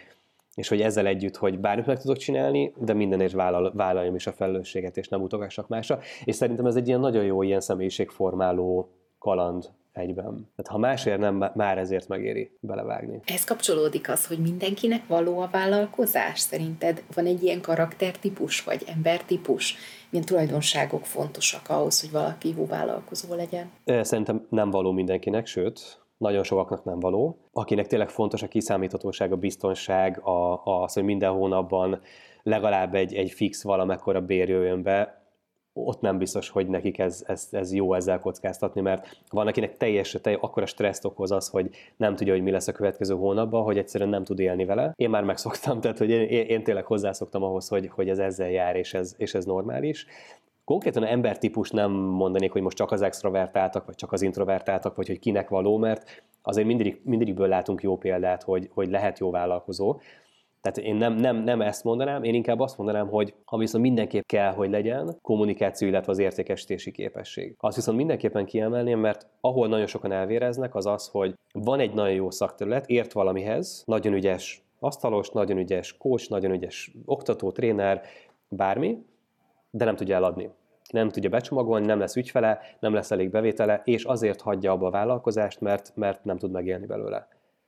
és hogy ezzel együtt, hogy bármit meg tudok csinálni, de mindenért vállaljam is a felelősséget, és nem utogassak másra. És szerintem ez egy ilyen nagyon jó ilyen személyiségformáló kaland egyben. Tehát ha másért nem, már ezért megéri belevágni. Ez kapcsolódik az, hogy mindenkinek való a vállalkozás? Szerinted van egy ilyen karaktertípus, vagy embertípus? Milyen tulajdonságok fontosak ahhoz, hogy valaki jó vállalkozó legyen? Szerintem nem való mindenkinek, sőt, nagyon sokaknak nem való. Akinek tényleg fontos a kiszámíthatóság, a biztonság, az, hogy minden hónapban legalább egy fix valamekkora bér jöjjön be, ott nem biztos, hogy nekik ez jó ezzel kockáztatni, mert van, akinek akkora stresszt okoz az, hogy nem tudja, hogy mi lesz a következő hónapban, hogy egyszerűen nem tud élni vele. Én már megszoktam, tehát hogy én tényleg hozzászoktam ahhoz, hogy ez ezzel jár, és ez normális. Konkrétan embertípus nem mondanék, hogy most csak az extrovertáltak, vagy csak az introvertáltak, vagy hogy kinek való, mert azért mindegyikből látunk jó példát, hogy lehet jó vállalkozó. Tehát én nem ezt mondanám, én inkább azt mondanám, hogy ha viszont mindenképp kell, hogy legyen kommunikáció, illetve az értékesítési képesség. Azt viszont mindenképpen kiemelném, mert ahol nagyon sokan elvéreznek, az az, hogy van egy nagyon jó szakterület, ért valamihez, nagyon ügyes asztalos, nagyon ügyes coach, nagyon ügyes oktató, tréner, bármi, de nem tudja eladni. Nem tudja becsomagolni, nem lesz ügyfele, nem lesz elég bevétele, és azért hagyja abba a vállalkozást, mert nem tud megélni belőle.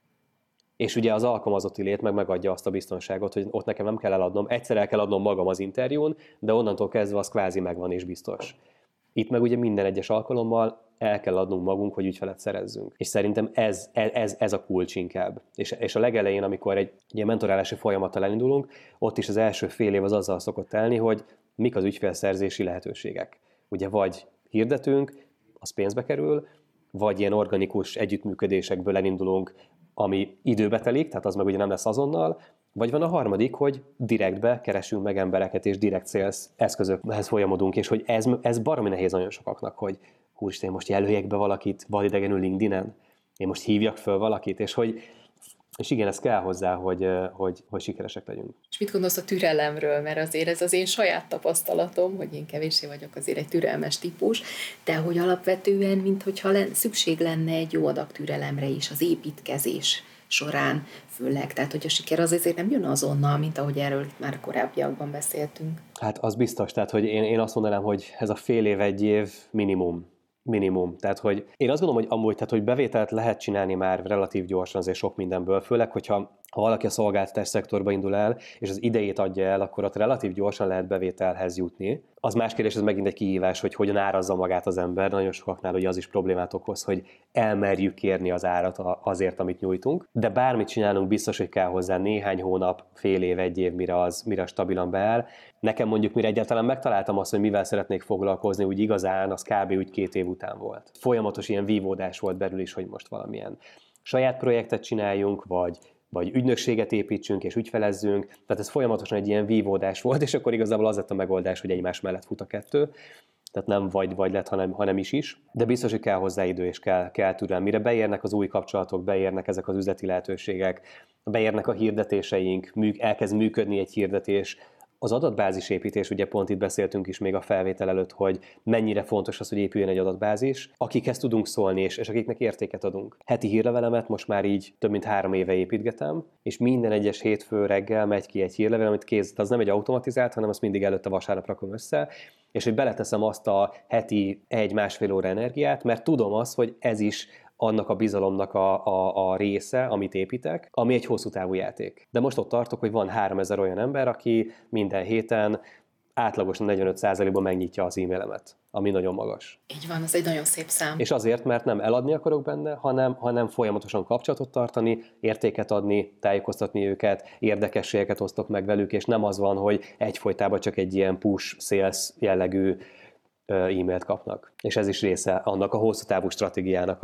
És ugye az alkalmazotti lét megadja azt a biztonságot, hogy ott nekem nem kell eladnom, egyszer el kell adnom magam az interjún, de onnantól kezdve az kvázi megvan és biztos. Itt meg ugye minden egyes alkalommal el kell adnunk magunk, hogy ügyfelet szerezzünk. És szerintem ez a kulcs inkább. És a legelején, amikor egy ilyen mentorálási folyamattal elindulunk, ott is az első fél év az azzal szokott telni, hogy mik az ügyfélszerzési lehetőségek. Ugye vagy hirdetünk, az pénzbe kerül, vagy ilyen organikus együttműködésekből elindulunk, ami időbe telik, tehát az meg ugye nem lesz azonnal, vagy van a harmadik, hogy direktbe keresünk meg embereket, és direkt sales eszközökhez folyamodunk, és hogy ez baromi nehéz nagyon sokaknak, hogy úristen, én most jelöljek be valakit vadidegenül LinkedIn-en, én most hívjak föl valakit, és igen, ez kell hozzá, hogy sikeresek legyünk. És mit gondolsz a türelemről? Mert azért ez az én saját tapasztalatom, hogy én kevéssé vagyok azért egy türelmes típus, de hogy alapvetően, minthogyha szükség lenne egy jó adag türelemre is az építkezés során főleg. Tehát, hogy a siker az azért nem jön azonnal, mint ahogy erről itt már korábbiakban beszéltünk. Hát az biztos, tehát, hogy én azt mondanám, hogy ez a fél év, egy év minimum. Tehát, hogy én azt gondolom, hogy amúgy, tehát, hogy bevételt lehet csinálni már relatív gyorsan azért sok mindenből, főleg, hogyha valaki a szolgáltatás szektorba indul el, és az idejét adja el, akkor ott relatív gyorsan lehet bevételhez jutni. Az más kérdés, ez megint egy kihívás, hogy hogyan árazza magát az ember. Nagyon sokaknál ugye az is problémát okoz, hogy elmerjük kérni az árat azért, amit nyújtunk. De bármit csinálunk, biztos, hogy kell hozzá néhány hónap, fél év, egy év, mire stabilan beáll. Nekem mondjuk, mire egyáltalán megtaláltam azt, hogy mivel szeretnék foglalkozni, úgy igazán, az kb. Úgy 2 év után volt. Folyamatos ilyen vívódás volt belül is, hogy most valamilyen saját projektet csináljunk, vagy ügynökséget építsünk és ügyfelezzünk, tehát ez folyamatosan egy ilyen vívódás volt, és akkor igazából az lett a megoldás, hogy egymás mellett fut a kettő, tehát nem vagy lett, hanem is, de biztos, hogy kell hozzá idő és kell türelem. Mire beérnek az új kapcsolatok, beérnek ezek az üzleti lehetőségek, beérnek a hirdetéseink, elkezd működni egy hirdetés, az adatbázisépítés, ugye pont itt beszéltünk is még a felvétel előtt, hogy mennyire fontos az, hogy épüljön egy adatbázis, akikhez tudunk szólni, és akiknek értéket adunk. Heti hírlevelemet most már így több mint 3 éve építgetem, és minden egyes hétfő reggel megy ki egy hírlevél, amit az nem egy automatizált, hanem azt mindig előtte vasárnap rakom össze, és hogy beleteszem azt a heti 1-1,5 óra energiát, mert tudom azt, hogy ez is annak a bizalomnak a része, amit építek, ami egy hosszú távú játék. De most ott tartok, hogy van 3000 olyan ember, aki minden héten átlagosan 45%-ban megnyitja az e-mailemet, ami nagyon magas. Így van, ez egy nagyon szép szám. És azért, mert nem eladni akarok benne, hanem folyamatosan kapcsolatot tartani, értéket adni, tájékoztatni őket, érdekességeket osztok meg velük, és nem az van, hogy egyfolytában csak egy ilyen push sales jellegű e-mailt kapnak. És ez is része annak a hosszú távú stratégiának,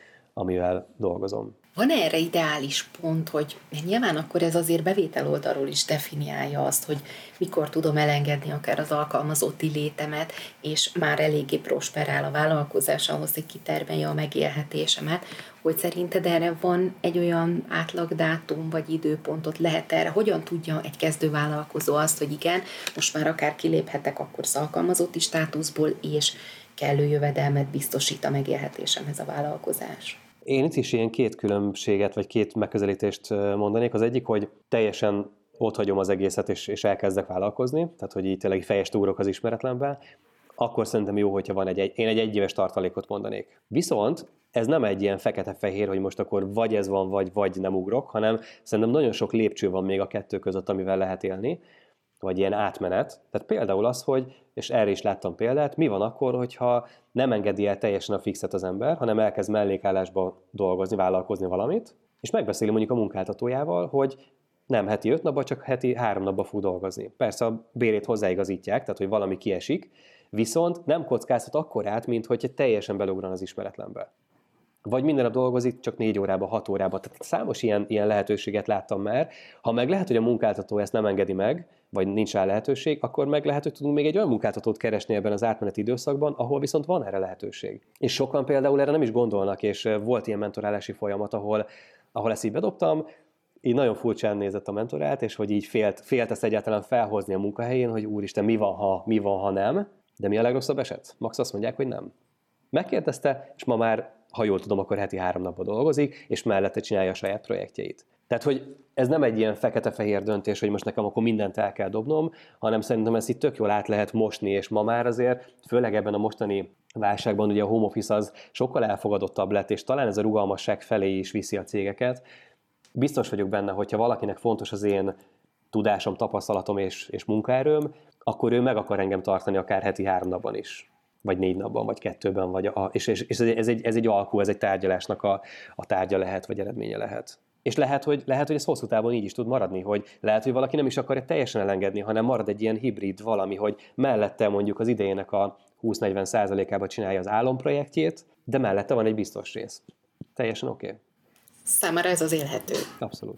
amivel dolgozom. Van erre ideális pont, hogy nyilván akkor ez azért bevétel oldalról is definiálja azt, hogy mikor tudom elengedni akár az alkalmazotti létemet, és már eléggé prosperál a vállalkozás ahhoz, hogy kitermelje a megélhetésemet, hogy szerinted erre van egy olyan átlagdátum vagy időpontot, lehet erre? Hogyan tudja egy kezdővállalkozó azt, hogy igen, most már akár kiléphetek akkor az alkalmazotti státuszból, és kellő jövedelmet biztosít a megélhetésemhez a vállalkozás? Én itt is ilyen 2 különbséget, vagy 2 megközelítést mondanék. Az egyik, hogy teljesen otthagyom az egészet, és elkezdek vállalkozni, tehát hogy így tényleg fejest ugrok az ismeretlenbe, akkor szerintem jó, hogyha van én egy 1 éves tartalékot mondanék. Viszont ez nem egy ilyen fekete-fehér, hogy most akkor vagy ez van, vagy nem ugrok, hanem szerintem nagyon sok lépcső van még a 2 között, amivel lehet élni, vagy ilyen átmenet. Tehát például az, hogy, és erre is láttam példát, mi van akkor, hogyha nem engedi el teljesen a fixet az ember, hanem elkezd mellékállásba dolgozni, vállalkozni valamit, és megbeszéli mondjuk a munkáltatójával, hogy nem heti 5 napba, csak heti 3 napba fog dolgozni. Persze a bérét hozzáigazítják, tehát hogy valami kiesik, viszont nem kockáztat akkorát, mint hogy teljesen belugran az ismeretlenbe. Vagy minden nap dolgozik, csak 4 órába, 6 órába. Tehát számos ilyen lehetőséget láttam már. Ha meg lehet, hogy a munkáltató ezt nem engedi meg, vagy nincs rá lehetőség, akkor meg lehet, hogy tudunk még egy olyan munkáltatót keresni ebben az átmeneti időszakban, ahol viszont van erre lehetőség. És sokan például erre nem is gondolnak, és volt ilyen mentorálási folyamat, ahol ezt így bedobtam, így nagyon furcsán nézett a mentorát, és hogy így félt ezt egyáltalán felhozni a munkahelyén, hogy úristen, mi van, ha nem, de mi a legrosszabb eset? Max azt mondják, hogy nem. Megkérdezte, és ma már, ha jól tudom, akkor heti 3 napban dolgozik, és mellette csinálja a saját projektjeit. Tehát, hogy ez nem egy ilyen fekete-fehér döntés, hogy most nekem akkor mindent el kell dobnom, hanem szerintem ezt itt tök jól át lehet mosni, és ma már azért, főleg ebben a mostani válságban ugye a home office az sokkal elfogadottabb lett, és talán ez a rugalmasság felé is viszi a cégeket. Biztos vagyok benne, hogyha valakinek fontos az én tudásom, tapasztalatom és munkaerőm, akkor ő meg akar engem tartani akár heti 3 napban is, vagy 4 napban, vagy 2-ben, és ez egy alkú, ez egy tárgyalásnak a tárgya lehet, vagy eredménye lehet. És lehet, hogy ez hosszú távon így is tud maradni, hogy lehet, hogy valaki nem is akarja teljesen elengedni, hanem marad egy ilyen hibrid valami, hogy mellette mondjuk az idejének a 20-40%-ába csinálja az álomprojektjét, de mellette van egy biztos rész. Teljesen oké. Számára ez az élhető. Abszolút.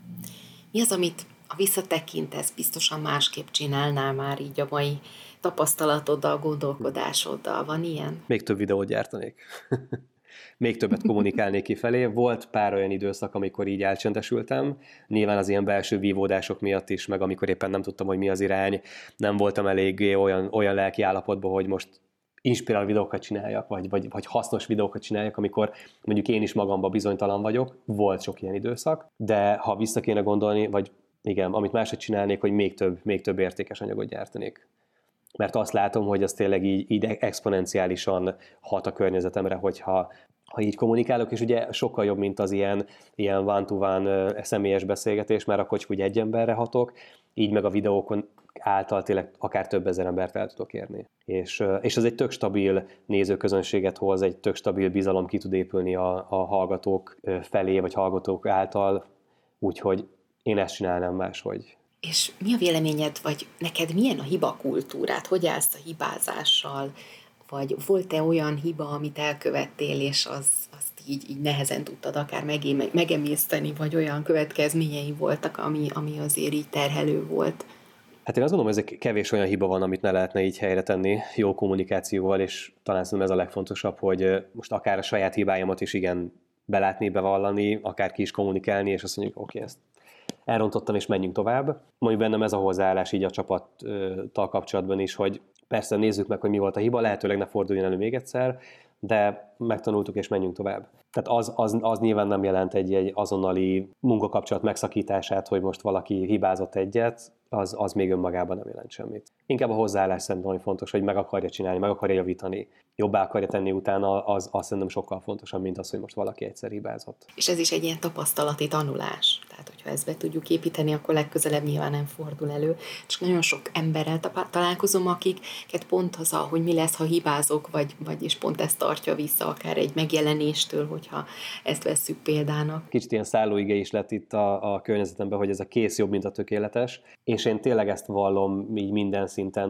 Mi az, amit ha visszatekintesz, biztosan másképp csinálnál már így a mai tapasztalatoddal, gondolkodásoddal? Van ilyen? Még több videót gyártanék. Még többet kommunikálnék kifelé. Volt pár olyan időszak, amikor így elcsendesültem. Nyilván az ilyen belső vívódások miatt is, meg amikor éppen nem tudtam, hogy mi az irány. Nem voltam eléggé olyan lelki állapotban, hogy most inspiráló videókat csináljak, vagy hasznos videókat csináljak, amikor mondjuk én is magamban bizonytalan vagyok. Volt sok ilyen időszak, de ha vissza kéne gondolni, vagy igen, amit máshogy csinálnék, hogy még több értékes anyagot gyártanék. Mert azt látom, hogy az tényleg így exponenciálisan hat a környezetemre, hogyha így kommunikálok, és ugye sokkal jobb, mint az ilyen one-to-one személyes beszélgetés, mert akkor csak úgy egy emberre hatok, így meg a videókon által tényleg akár több ezer embert el tudok érni. És az egy tök stabil nézőközönséget hoz, egy tök stabil bizalom ki tud épülni a hallgatók felé, vagy hallgatók által, úgyhogy én ezt csinálnám máshogy. És mi a véleményed, vagy neked milyen a hibakultúrát? Hogy állsz a hibázással? Vagy volt-e olyan hiba, amit elkövettél, és azt így nehezen tudtad akár megemészteni, vagy olyan következményei voltak, ami azért így terhelő volt? Hát én azt gondolom, hogy ez kevés olyan hiba van, amit ne lehetne így helyre tenni jó kommunikációval, és talán szerintem ez a legfontosabb, hogy most akár a saját hibáimat is igen belátni, bevallani, akár ki is kommunikálni, és azt mondjuk, oké, ezt elrontottam, és menjünk tovább. Mondjuk bennem ez a hozzáállás így a csapattal kapcsolatban is, hogy persze nézzük meg, hogy mi volt a hiba, lehetőleg ne forduljon elő még egyszer, de megtanultuk, és menjünk tovább. Tehát az nyilván nem jelent egy azonnali munkakapcsolat megszakítását, hogy most valaki hibázott egyet, az még önmagában nem jelent semmit. Inkább a hozzáállás szerintem, hogy fontos, hogy meg akarja csinálni, meg akarja javítani, jobbá akarja tenni utána, az szerintem sokkal fontosabb, mint az, hogy most valaki egyszer hibázott. És ez is egy ilyen tapasztalati tanulás. Tehát, hogyha ezt be tudjuk építeni, akkor legközelebb nyilván nem fordul elő. Csak nagyon sok emberrel találkozom, akiket pont az, hogy mi lesz, ha hibázok, vagyis pont ezt tartja vissza akár egy megjelenéstől, hogyha ezt vesszük példának. Kicsit ilyen szállóige is lett itt a környezetemben, hogy ez a kész jobb, mint a tökéletes, és én tényleg ezt vallom így minden szinten,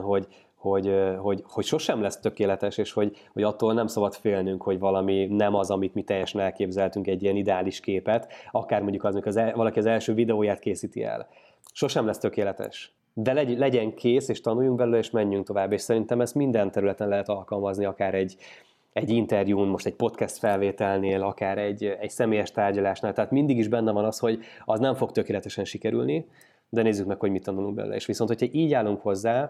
hogy sosem lesz tökéletes, és hogy attól nem szabad félnünk, hogy valami nem az, amit mi teljesen elképzeltünk, egy ilyen ideális képet, akár mondjuk az, amikor valaki az első videóját készíti el. Sosem lesz tökéletes. De legyen kész, és tanuljunk belőle, és menjünk tovább, és szerintem ezt minden területen lehet alkalmazni, akár egy interjún, most egy podcast felvételnél, akár egy személyes tárgyalásnál, tehát mindig is benne van az, hogy az nem fog tökéletesen sikerülni, de nézzük meg, hogy mit tanulunk belőle. És viszont, hogyha így állunk hozzá,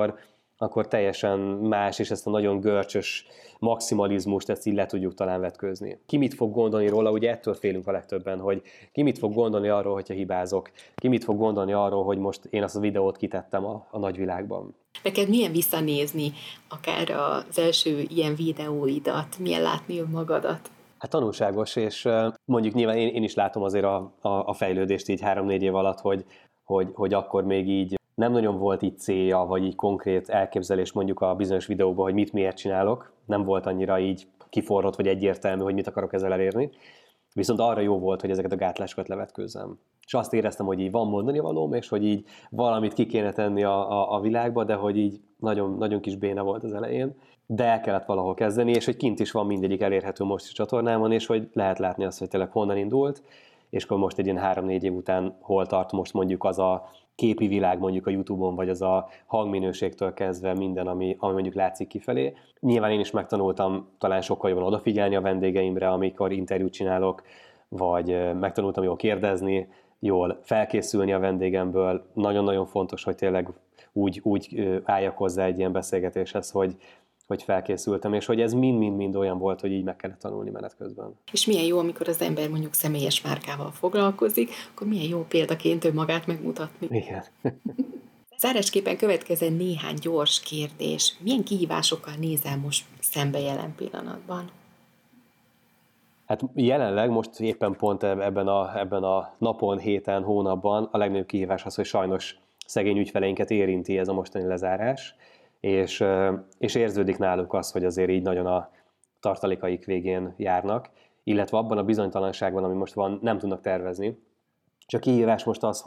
akkor teljesen más, és ezt a nagyon görcsös maximalizmust ezt így le tudjuk talán vetkőzni. Ki mit fog gondolni róla, ugye ettől félünk a legtöbben, hogy ki mit fog gondolni arról, hogyha hibázok, ki mit fog gondolni arról, hogy most én azt a videót kitettem a nagyvilágban. Neked milyen visszanézni akár az első ilyen videóidat, milyen látni önmagadat? Hát tanulságos, és mondjuk nyilván én is látom azért a fejlődést így 3-4 év alatt, hogy akkor még így nem nagyon volt így célja, vagy így konkrét elképzelés mondjuk a bizonyos videóban, hogy miért csinálok. Nem volt annyira így kiforrott, vagy egyértelmű, hogy mit akarok ezzel elérni. Viszont arra jó volt, hogy ezeket a gátlásokat levetkőzzem. És azt éreztem, hogy így van mondani valóm, és hogy így valamit ki kéne tenni a világba, de hogy így nagyon, nagyon kis béna volt az elején. De el kellett valahol kezdeni, és hogy kint is van mindegyik elérhető most is csatornámon, és hogy lehet látni azt, hogy tényleg honnan indult, és akkor most egy ilyen 3-4 év után hol tart most mondjuk az a képi világ mondjuk a YouTube-on, vagy az a hangminőségtől kezdve minden, ami mondjuk látszik kifelé. Nyilván én is megtanultam talán sokkal jobban odafigyelni a vendégeimre, amikor interjút csinálok, vagy megtanultam jól kérdezni, jól felkészülni a vendégemből. Nagyon-nagyon fontos, hogy tényleg úgy álljak hozzá egy ilyen beszélgetéshez, hogy felkészültem, és hogy ez mind-mind olyan volt, hogy így meg kellett tanulni menet közben. És milyen jó, amikor az ember mondjuk személyes márkával foglalkozik, akkor milyen jó példaként önmagát megmutatni. Igen. Zárásképpen következzen néhány gyors kérdés. Milyen kihívásokkal nézel most szembe jelen pillanatban? Hát jelenleg most éppen pont ebben a napon, héten, hónapban a legnagyobb kihívás az, hogy sajnos szegény ügyfeleinket érinti ez a mostani lezárás, és érződik náluk az, hogy azért így nagyon a tartalékaik végén járnak, illetve abban a bizonytalanságban, ami most van, nem tudnak tervezni. Csak kihívás most az,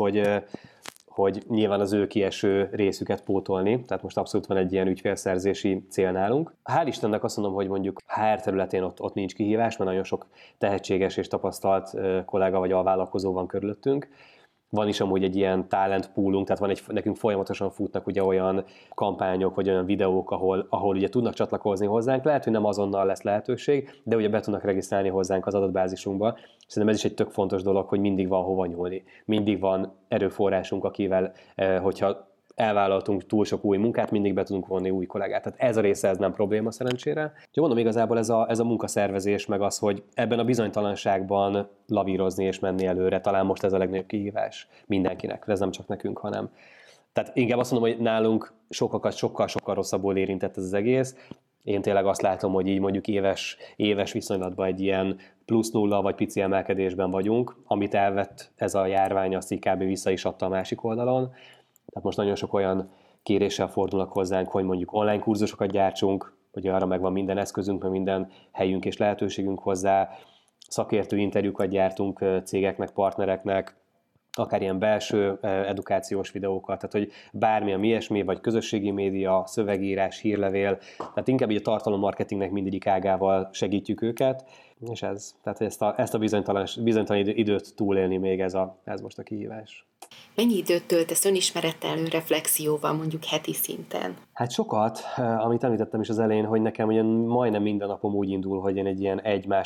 hogy nyilván az ő kieső részüket pótolni, tehát most abszolút van egy ilyen ügyfélszerzési cél nálunk. Hál' Istennek azt mondom, hogy mondjuk HR területén ott nincs kihívás, mert nagyon sok tehetséges és tapasztalt kollega vagy alvállalkozó van körülöttünk. Van is amúgy egy ilyen talent poolunk, tehát nekünk folyamatosan futnak ugye olyan kampányok, vagy olyan videók, ahol ugye tudnak csatlakozni hozzánk. Lehet, hogy nem azonnal lesz lehetőség, de ugye be tudnak regisztrálni hozzánk az adatbázisunkba. Szerintem ez is egy tök fontos dolog, hogy mindig van hova nyúlni. Mindig van erőforrásunk, akivel, hogyha elvállaltunk túl sok új munkát, mindig be tudunk vonni új kollégát. Tehát ez a része, ez nem probléma szerencsére. Úgyhogy mondom, igazából ez a munkaszervezés, meg az, hogy ebben a bizonytalanságban lavírozni és menni előre, talán most ez a legnagyobb kihívás mindenkinek, de ez nem csak nekünk, hanem. Tehát inkább azt mondom, hogy nálunk sokakat sokkal rosszabbul érintett ez az egész. Én tényleg azt látom, hogy így mondjuk éves viszonylatban egy ilyen plusz nulla vagy pici emelkedésben vagyunk, amit elvett ez a járvány, azt így kb. Vissza is adta a másik oldalon. Tehát most nagyon sok olyan kéréssel fordulnak hozzánk, hogy mondjuk online kurzusokat gyártsunk, hogy arra megvan minden eszközünk, meg minden helyünk és lehetőségünk hozzá, szakértő interjúkat gyártunk cégeknek, partnereknek, akár ilyen belső edukációs videókat, tehát hogy bármilyen ilyesmi, vagy közösségi média, szövegírás, hírlevél, tehát inkább így a tartalommarketingnek mindegyik ágával segítjük őket, és tehát hogy ezt a bizonytalan időt túlélni még ez most a kihívás. Mennyi időt töltesz önismerettel, önreflexióval, mondjuk heti szinten? Hát sokat, amit említettem is az elején, hogy nekem ugye majdnem minden napom úgy indul, hogy én egy ilyen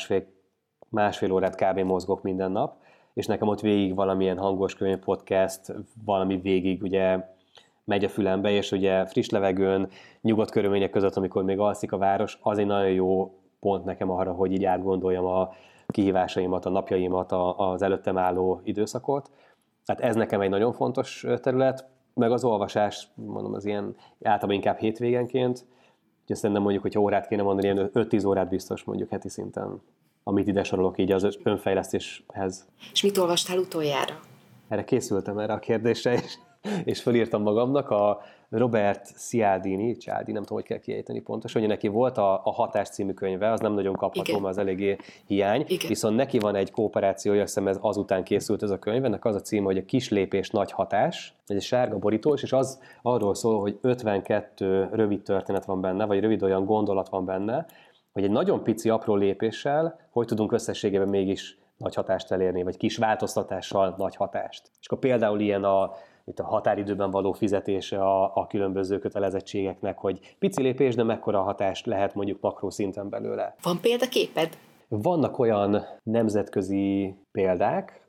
másfél órát kb. Mozgok minden nap, és nekem ott végig valamilyen hangos könyv, podcast, valami végig ugye megy a fülembe, és ugye friss levegőn, nyugodt körülmények között, amikor még alszik a város, az egy nagyon jó pont nekem arra, hogy így átgondoljam a kihívásaimat, a napjaimat, az előttem álló időszakot. Hát ez nekem egy nagyon fontos terület, meg az olvasás, mondom, az ilyen általában inkább hétvégenként. Úgyhogy szerintem mondjuk, hogyha órát kéne mondani, ilyen 5-10 órát biztos mondjuk heti szinten, amit ide sorolok így az önfejlesztéshez. És mit olvastál utoljára? Erre készültem erre a kérdésre, és felírtam magamnak a Robert Cialdini, nem tudom, hogy kell kiejteni pontosan, hogy neki volt a Hatás című könyve, az nem nagyon kapható, mert az eléggé hiány, igen. Viszont neki van egy kooperációja, azt hiszem azután készült ez a könyv, ennek az a címe, hogy a Kis lépés, nagy hatás, ez egy sárga borítós, és az arról szól, hogy 52 rövid történet van benne, vagy rövid olyan gondolat van benne, hogy egy nagyon pici, apró lépéssel hogy tudunk összességében mégis nagy hatást elérni, vagy kis változtatással nagy hatást. És akkor például ilyen itt a határidőben való fizetése a különböző kötelezettségeknek, hogy pici lépés, de mekkora hatást lehet mondjuk makroszinten belőle. Van példaképed? Vannak olyan nemzetközi példák,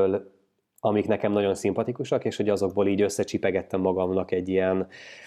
amik nekem nagyon szimpatikusak, és hogy azokból így összecsipegettem magamnak egy ilyen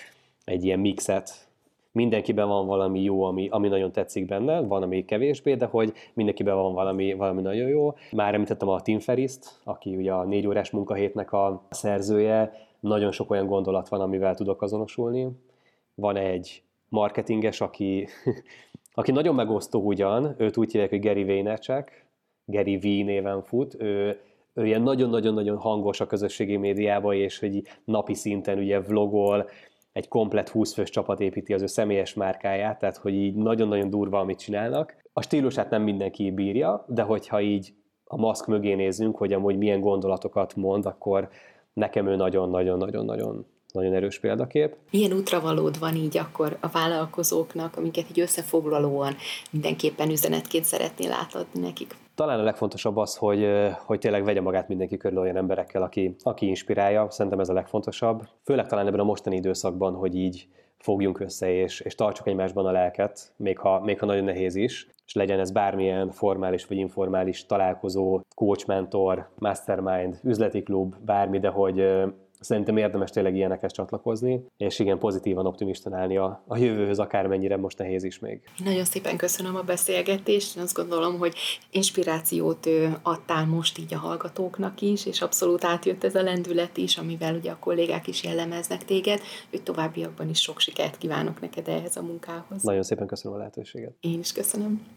mixet. Mindenkiben van valami jó, ami nagyon tetszik benne, van, ami kevésbé, de hogy mindenkiben van valami nagyon jó. Már említettem a Tim Ferrisst, aki ugye a 4 órás munkahétnek a szerzője, nagyon sok olyan gondolat van, amivel tudok azonosulni. Van egy marketinges, aki nagyon megosztó ugyan, őt úgy hívják, hogy Gary Vaynerchuk, Gary V néven fut, ő ilyen nagyon-nagyon-nagyon hangos a közösségi médiában, és hogy napi szinten ugye vlogol, egy komplett 20 fős csapat építi az ő személyes márkáját, tehát hogy így nagyon-nagyon durva, amit csinálnak. A stílusát nem mindenki bírja, de hogyha így a maszk mögé nézzünk, hogy amúgy milyen gondolatokat mond, akkor nekem ő nagyon-nagyon-nagyon-nagyon erős példakép. Milyen útravalód van így akkor a vállalkozóknak, amiket így összefoglalóan mindenképpen üzenetként szeretnél átadni nekik? Talán a legfontosabb az, hogy tényleg vegye magát mindenki körül olyan emberekkel, aki inspirálja. Szerintem ez a legfontosabb. Főleg talán ebben a mostani időszakban, hogy így fogjunk össze, és tartsuk egymásban a lelket, még ha nagyon nehéz is, és legyen ez bármilyen formális vagy informális találkozó, coach, mentor, mastermind, üzleti klub, bármi, de hogy szerintem érdemes tényleg ilyenekhez csatlakozni, és igen, pozitívan optimistán állni a jövőhöz, akármennyire most nehéz is még. Nagyon szépen köszönöm a beszélgetést, én azt gondolom, hogy inspirációt adtál most így a hallgatóknak is, és abszolút átjött ez a lendület is, amivel ugye a kollégák is jellemeznek téged, hogy továbbiakban is sok sikert kívánok neked ehhez a munkához. Nagyon szépen köszönöm a lehetőséget. Én is köszönöm.